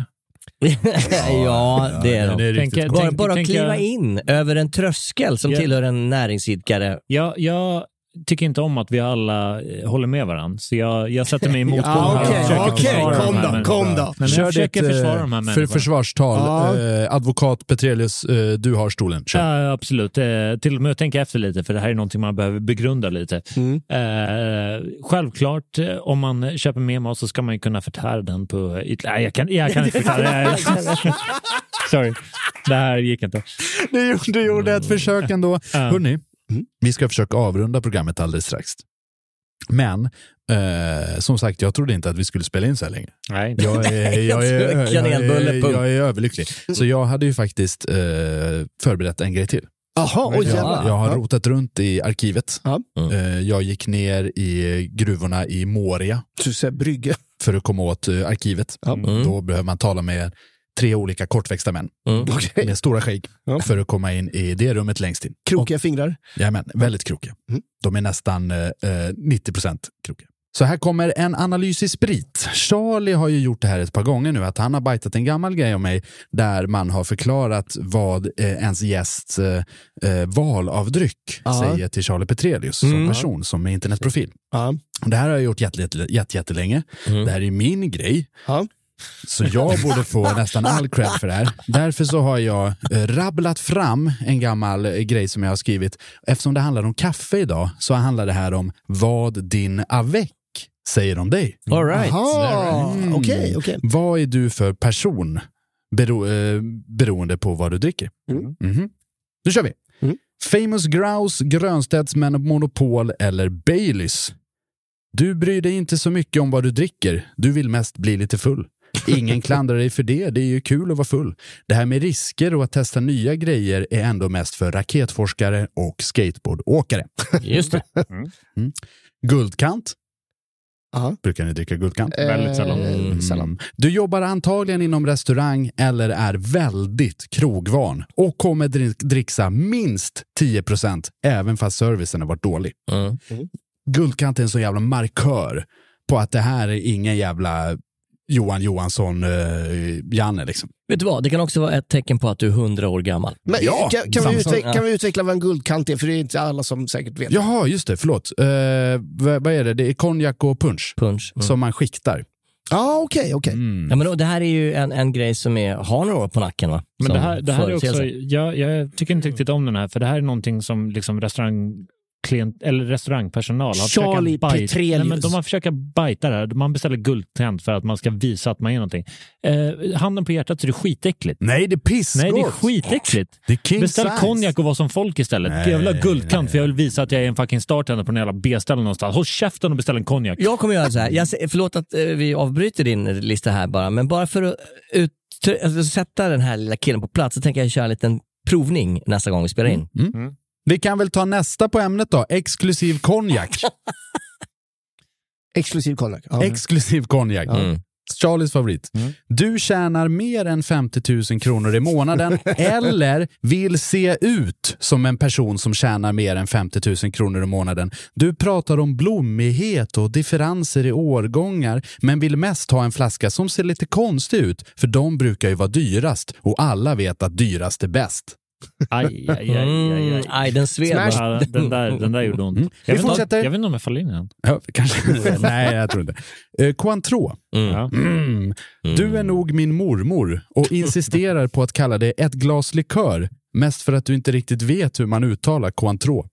ja, det är de. Det är tänk, bara tänk, bara tänk, kliva jag... in över en tröskel som yeah. tillhör en näringsidkare. Ja, jag tycker inte om att vi alla håller med varandra. Så jag, jag sätter mig emot ja, okej, okay, kom då, kom då. Men jag försöker ett, försvara de här människorna. För försvarstal, ja. eh, advokat Petrelius, eh, du har stolen. Kör. Ja, absolut. Eh, till och med att tänka efter lite, för det här är någonting man behöver begrunda lite. Mm. Eh, självklart, eh, om man köper med mat så ska man ju kunna förtära den på... Nej, jag kan, jag kan inte förtära. Sorry, det här gick inte. Du, du gjorde ett försök ändå. Uh. Hörrni, Mm. vi ska försöka avrunda programmet alldeles strax. Men eh, som sagt, jag trodde inte att vi skulle spela in så här länge. Nej. Jag är, jag är, jag är, jag är, jag är överlycklig. Så jag hade ju faktiskt eh, förberett en grej till. Aha, oj, jag, jag har rotat runt i arkivet. Mm. Eh, jag gick ner i gruvorna i Moria. Du säger brygge. För att komma åt eh, arkivet. Mm. Då behöver man tala med tre olika kortväxta män mm. okay. med stora skägg ja. för att komma in i det rummet längst in. Krokiga fingrar? Jajamän, väldigt krokiga. Mm. De är nästan eh, nittio procent krokiga. Så här kommer en analys i sprit. Charlie har ju gjort det här ett par gånger nu, att han har bajtat en gammal grej om mig där man har förklarat vad eh, ens gästs eh, val av dryck ja. säger till Charlie Petrelius mm. som person, som är internetprofil. Ja. Det här har jag gjort jättelänge. Jätte, jätte mm. Det här är min grej. Ja. Så jag borde få nästan all cred för det här. Därför så har jag rabblat fram en gammal grej som jag har skrivit. Eftersom det handlar om kaffe idag så handlar det här om vad din avec säger om dig. All right. Mm. Okej, okay, okay. Vad är du för person bero, eh, beroende på vad du dricker? Mm. Mm-hmm. Nu kör vi. Mm. Famous Grouse, Grönstedts Monopol eller Baileys. Du bryr dig inte så mycket om vad du dricker. Du vill mest bli lite full. Ingen klandrar dig för det, det är ju kul att vara full. Det här med risker och att testa nya grejer är ändå mest för raketforskare och skateboardåkare. Just det. Mm. Mm. Guldkant. Aha. Brukar ni dricka guldkant? Eh, väldigt sällan. Mm. sällan. Du jobbar antagligen inom restaurang eller är väldigt krogvan och kommer drick- dricksa minst tio procent även fast servicen har varit dålig. Mm. Mm. Guldkant är en så jävla markör på att det här är ingen jävla Johan Johansson uh, Janne liksom. Vet du vad, det kan också vara ett tecken på att du är hundra år gammal. Men ja, kan, kan, vi utveckla, kan vi utveckla vad en guldkant är? För det är inte alla som säkert vet. Jaha, just det, förlåt. Uh, vad, vad är det? Det är konjak och punch. Punch. Mm. Som man skiktar. Ja, ah, okej, okay, okej. Okay. Mm. Ja, men då, det här är ju en, en grej som är, har några år på nacken, va? Men det här, det här är också, jag, jag tycker inte riktigt om den här, för det här är någonting som liksom restaurang klient, eller restaurangpersonal har Charlie Petrelius. Nej, men de har försökt bajta det här. Man beställer guldtänt för att man ska visa att man är någonting. Eh, handen på hjärtat så är det skitäckligt. Nej, det är pissgott. Nej, det är skitäckligt. Det är king Beställ size. konjak och vara som folk istället. Nej, jag vill ha guldkant för jag vill visa att jag är en fucking startender på en jävla B-ställe någonstans. Håll käften och beställ en konjak. Jag kommer göra så här. Jag, förlåt att eh, vi avbryter din lista här bara, men bara för att ut, alltså, sätta den här lilla killen på plats så tänker jag köra en liten provning nästa gång vi spelar in. Mm. Mm. Vi kan väl ta nästa på ämnet då. Exklusiv konjak. Exklusiv konjak. Ja. Exklusiv konjak. Mm. Charlies favorit. Mm. Du tjänar mer än femtio tusen kronor i månaden eller vill se ut som en person som tjänar mer än femtio tusen kronor i månaden. Du pratar om blommighet och differenser i årgångar men vill mest ha en flaska som ser lite konstig ut för de brukar ju vara dyrast och alla vet att dyrast är bäst. Aj, aj, aj, aj, aj. Mm, aj den sved. Ja, den, där, den där gjorde ont. Mm. Jag, Vi vet fortsätter. inte, jag vet inte om jag faller in igen. Ja, kanske. Nej, jag tror inte. Uh, Cointreau. Mm. Mm. Du är nog min mormor och insisterar på att kalla det ett glas likör. Mest för att du inte riktigt vet hur man uttalar Cointreau.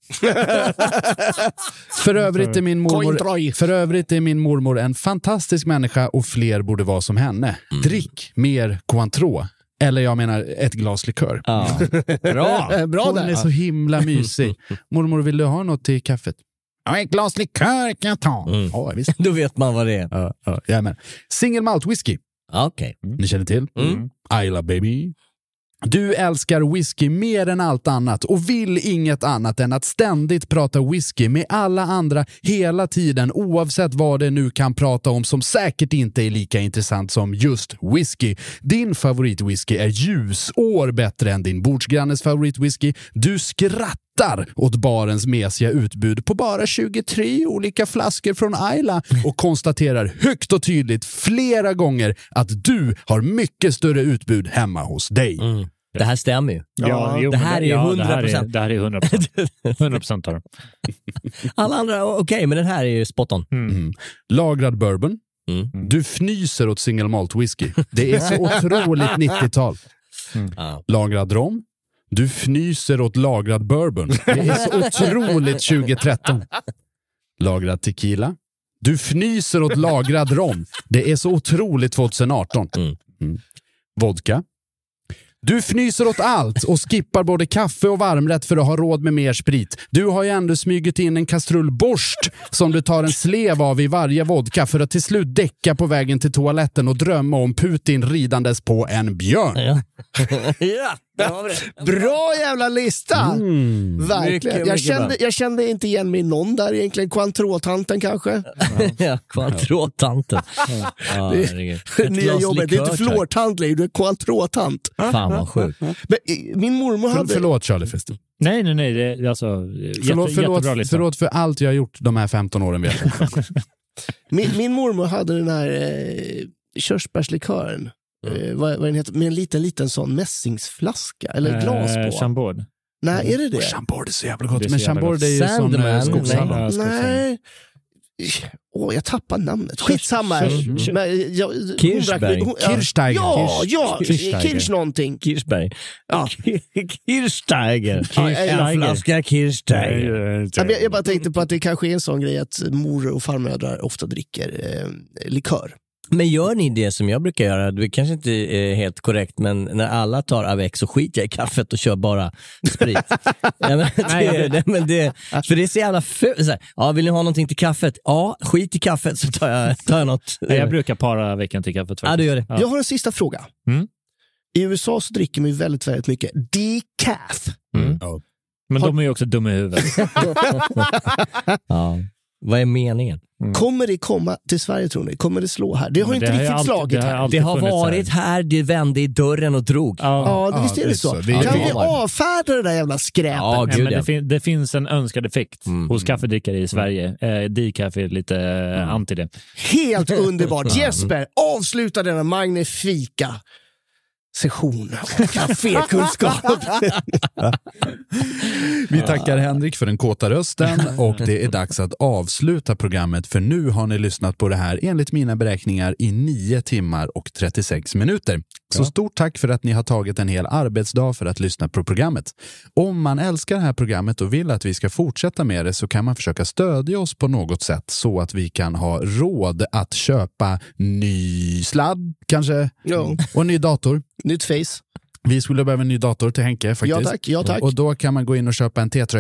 För övrigt är min mormor För övrigt är min mormor en fantastisk människa och fler borde vara som henne. Mm. Drick mer Cointreau. Eller jag menar ett glas likör. Ja. Bra. Bra Hon där. är så himla mysig. Mormor, vill du ha något till kaffet? Ja, ett glas likör kan jag ta. Mm. Ja, visst. Då vet man vad det är. Ja, ja, jajamän. Single malt whisky. Okej. Mm. Ni känner till? Mm. Isla baby. Du älskar whisky mer än allt annat och vill inget annat än att ständigt prata whisky med alla andra hela tiden oavsett vad det nu kan prata om som säkert inte är lika intressant som just whisky. Din favoritwhisky är ljusår bättre än din bordsgrannes favoritwhisky. Du skrattar åt barens mesiga utbud på bara tjugotre olika flaskor från Isla och konstaterar högt och tydligt flera gånger att du har mycket större utbud hemma hos dig. Mm. Det här stämmer ju. Ja, Ja, jo, det här är ju ja, hundra procent. Det här är hundra procent. hundra procent av dem. Alla andra, okej, okay, men den här är ju spot on. Mm. Mm. Lagrad bourbon. Mm. Du fnyser åt single malt whisky. Det är så otroligt nittiotal. Mm. Ja. Lagrad rom. Du fnyser åt lagrad bourbon. Det är så otroligt tjugo-tretton. Lagrad tequila. Du fnyser åt lagrad rom. Det är så otroligt tjugoarton. Mm. Mm. Vodka. Du fnyser åt allt och skippar både kaffe och varmrätt för att ha råd med mer sprit. Du har ju ändå smugit in en kastrull borst som du tar en slev av i varje vodka för att till slut däcka på vägen till toaletten och drömma om Putin ridandes på en björn. Ja. Ja. Bra jävla lista! Mm. Verkligen. Mycket, jag, mycket kände, bra. jag kände inte igen mig någon där egentligen. Cointreau-tanten kanske. Ja, Cointreau-tanten. Ja, Det herregud. är Ett nya glas jobbet. Det är likör, inte flårtant längre, du är Cointreau-tant. Fan vad sjukt. Men, eh, min mormor För, hade... förlåt Charlie förresten. Nej, nej, nej. Det är alltså Förlåt, jätte, förlåt, jättebra lista. förlåt för allt jag har gjort de här femton åren. Vi min, min mormor hade den här eh, körsbärslikören. Mm. Eh, vad, vad den heter, med en liten, liten sån mässingsflaska. Eller glas Eh, på. Chambord. Nej, är det det? Chambord är så jävla gott. Det är så Men jävla Chambord gott. är ju sån Sandman, eh, skogshallon. nej. Nej. Åh, jag tappar namnet. Skitsamma. Körs- körs- Men, jag, Kirchberg. hon- ja, Kirchsteiger. Ja, ja. Kirchsteiger. Kirch någonting. Kirchberg. Ja. Kirchsteiger. Ja, En flaska Kirchsteiger. Ja, men Jag, jag bara tänkte på att det kanske är en sån grej att mor och farmödrar ofta dricker eh, likör. Men gör ni det som jag brukar göra? Det kanske inte är helt korrekt, men när alla tar Avec så skiter jag i kaffet och kör bara sprit. Ja, men det, det, men det, för det är så jävla fult. Så här, ja, vill ni ha någonting till kaffet? Ja, skit i kaffet så tar jag, tar jag något. Nej, jag brukar para veckan till kaffet. Faktiskt. Ja, du gör det. Ja. Jag har en sista fråga. Mm. I U S A så dricker man ju väldigt, väldigt mycket decaf. Mm. Ja. Men Har- de är ju också dumma i huvudet. Ja. Vad är meningen? Mm. Kommer det komma till Sverige, tror ni? Kommer det slå här? Det har Men inte det har ju riktigt alltid- slagit det har här. alltid Det har funnits varit här, det vände i dörren och drog. Ja. Ja, visst är Ja, det det är så. så. Vi- Kan vi- vi avfärda det där jävla skräpet? Ja, Nej, gud, men ja. det, fin- det finns en önskad effekt Mm. hos kaffedrickare i Sverige. Eh, decaf är lite eh, anti det. Helt underbart. Jesper, avsluta denna magnifika session av kafékunskap. Vi tackar Henrik för den kåta rösten och det är dags att avsluta programmet för nu har ni lyssnat på det här enligt mina beräkningar i nio timmar och trettiosex minuter. Så stort tack för att ni har tagit en hel arbetsdag för att lyssna på programmet. Om man älskar det här programmet och vill att vi ska fortsätta med det så kan man försöka stödja oss på något sätt så att vi kan ha råd att köpa ny sladd kanske Ja. och en ny dator. Nytt face. Vi skulle behöva en ny dator till Henke faktiskt. Ja tack, ja tack. Och då kan man gå in och köpa en T-tröja.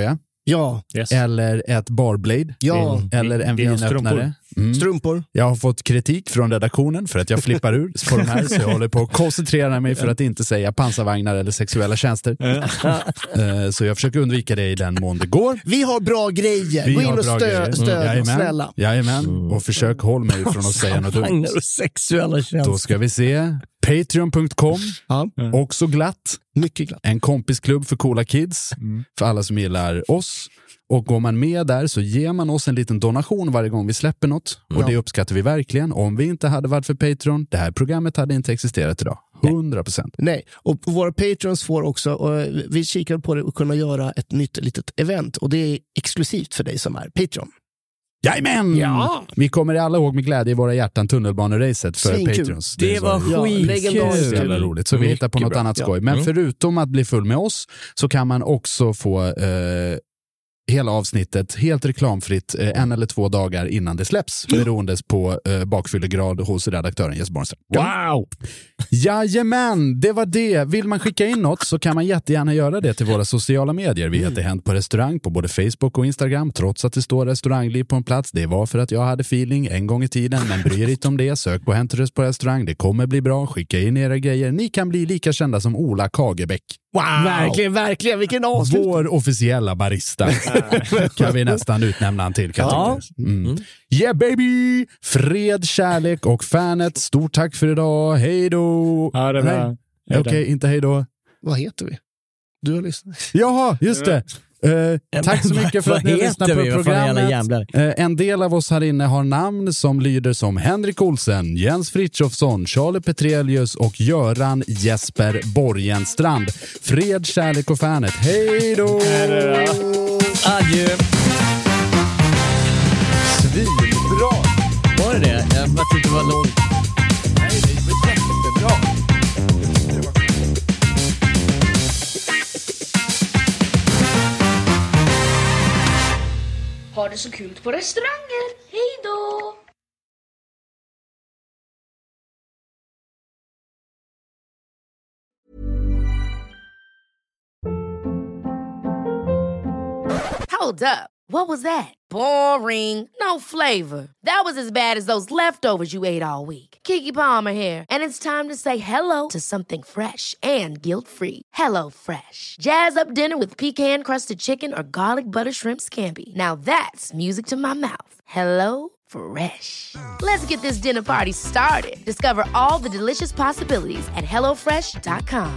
Ja. Yes. Eller ett barblade. Ja. Mm. Eller en vinöppnare. Mm. Strumpor. Jag har fått kritik från redaktionen för att jag flippar ur på de här, så jag håller på att koncentrera mig för att inte säga pansarvagnar eller sexuella tjänster. uh, så jag försöker undvika det i den mån det går. Vi har bra grejer. Vi Gå in har och bra stö- grejer. stöd Jajamän. oss, snälla. Jajamän. Och försök hålla mig från att säga något dumt. Och sexuella tjänster. Då ska vi se. Patreon punkt com. Ja. Också glatt. Mycket glatt. En kompisklubb för coola kids. Mm. För alla som gillar oss. Och går man med där så ger man oss en liten donation varje gång vi släpper något. Och ja. Det uppskattar vi verkligen. Om vi inte hade varit för Patreon, det här programmet hade inte existerat idag. hundra procent. Nej, och våra Patrons får också, och vi kikar på det, och kunna göra ett nytt litet event. Och det är exklusivt för dig som är Patreon. Jajamän! Ja. Vi kommer alla ihåg med glädje i våra hjärtan tunnelbaneracet för Svinkul. Patrons. Det, det var skitkul. Jävla roligt. Så vi hittar på något bra. annat skoj. Men mm. förutom att bli full med oss så kan man också få eh, hela avsnittet helt reklamfritt eh, en eller två dagar innan det släpps. Mm. Beroende på eh, bakfyllegrad hos redaktören Jesper Bornström. Wow! Jajamän, det var det. Vill man skicka in något så kan man jättegärna göra det till våra sociala medier. Vi heter Hänt på restaurang på både Facebook och Instagram, trots att det står restaurangliv på en plats. Det var för att jag hade feeling en gång i tiden, men bry er inte om det. Sök på Hänt på restaurang. Det kommer bli bra. Skicka in era grejer. Ni kan bli lika kända som Ola Kagebäck. Wow! Verkligen, verkligen. Vilken avslut. Vår officiella barista kan vi nästan utnämna han till. Ja. Mm. Yeah baby! Fred, kärlek och fanet. Stort tack för idag. Hej då! Ja, det är bra. Okej, okay, inte hej då. Vad heter vi? Du har lyssnat. Jaha, just det. Uh, tack så mycket för att ni lyssnar på programmet. Uh, en del av oss här inne har namn som lyder som Henrik Olsen, Jens Fritjofsson, Charlie Petrelius och Göran Jesper Borgenstrand. Fred, kärlek och fanet. Hej då! Adjö! Svinbra! Var det det? Jag bara tyckte det var långt. Nej, det var jättebra. Ha det så kul på restauranger. Hej då! Hold up. What was that? Boring. No flavor. That was as bad as those leftovers you ate all week. Keke Palmer here, and it's time to say hello to something fresh and guilt-free. Hello Fresh. Jazz up dinner with pecan-crusted chicken or garlic butter shrimp scampi. Now that's music to my mouth. Hello Fresh. Let's get this dinner party started. Discover all the delicious possibilities at hello fresh dot com.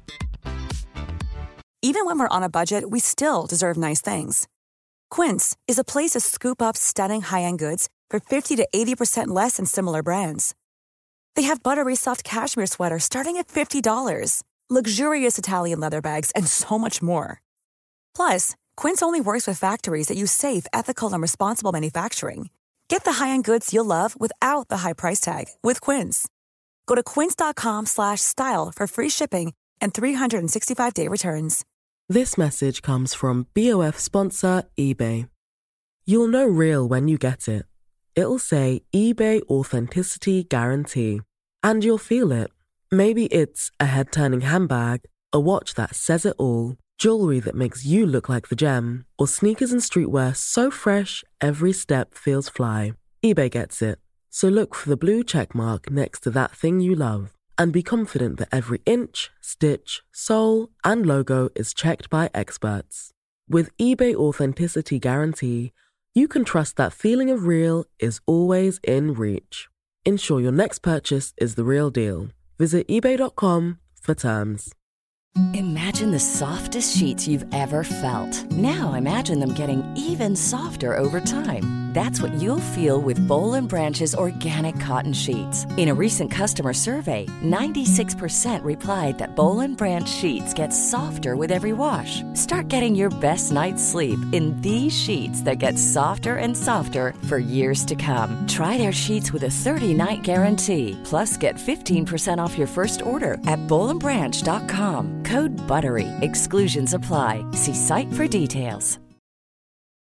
Even when we're on a budget, we still deserve nice things. Quince is a place to scoop up stunning high-end goods for fifty to eighty percent less than similar brands. They have buttery soft cashmere sweaters starting at fifty dollars, luxurious Italian leather bags, and so much more. Plus, Quince only works with factories that use safe, ethical, and responsible manufacturing. Get the high-end goods you'll love without the high price tag with Quince. Go to quince dot com slash style for free shipping and three sixty-five day returns. This message comes from B O F sponsor eBay. You'll know real when you get it. It'll say eBay Authenticity Guarantee. And you'll feel it. Maybe it's a head-turning handbag, a watch that says it all, jewelry that makes you look like the gem, or sneakers and streetwear so fresh every step feels fly. eBay gets it. So look for the blue check mark next to that thing you love. And be confident that every inch, stitch, sole, and logo is checked by experts. With eBay Authenticity Guarantee, you can trust that feeling of real is always in reach. Ensure your next purchase is the real deal. Visit ebay dot com for terms. Imagine the softest sheets you've ever felt. Now imagine them getting even softer over time. That's what you'll feel with Boll and Branch's organic cotton sheets. In a recent customer survey, ninety-six percent replied that Boll and Branch sheets get softer with every wash. Start getting your best night's sleep in these sheets that get softer and softer for years to come. Try their sheets with a thirty-night guarantee. Plus, get fifteen percent off your first order at boll and branch dot com. Code BUTTERY. Exclusions apply. See site for details.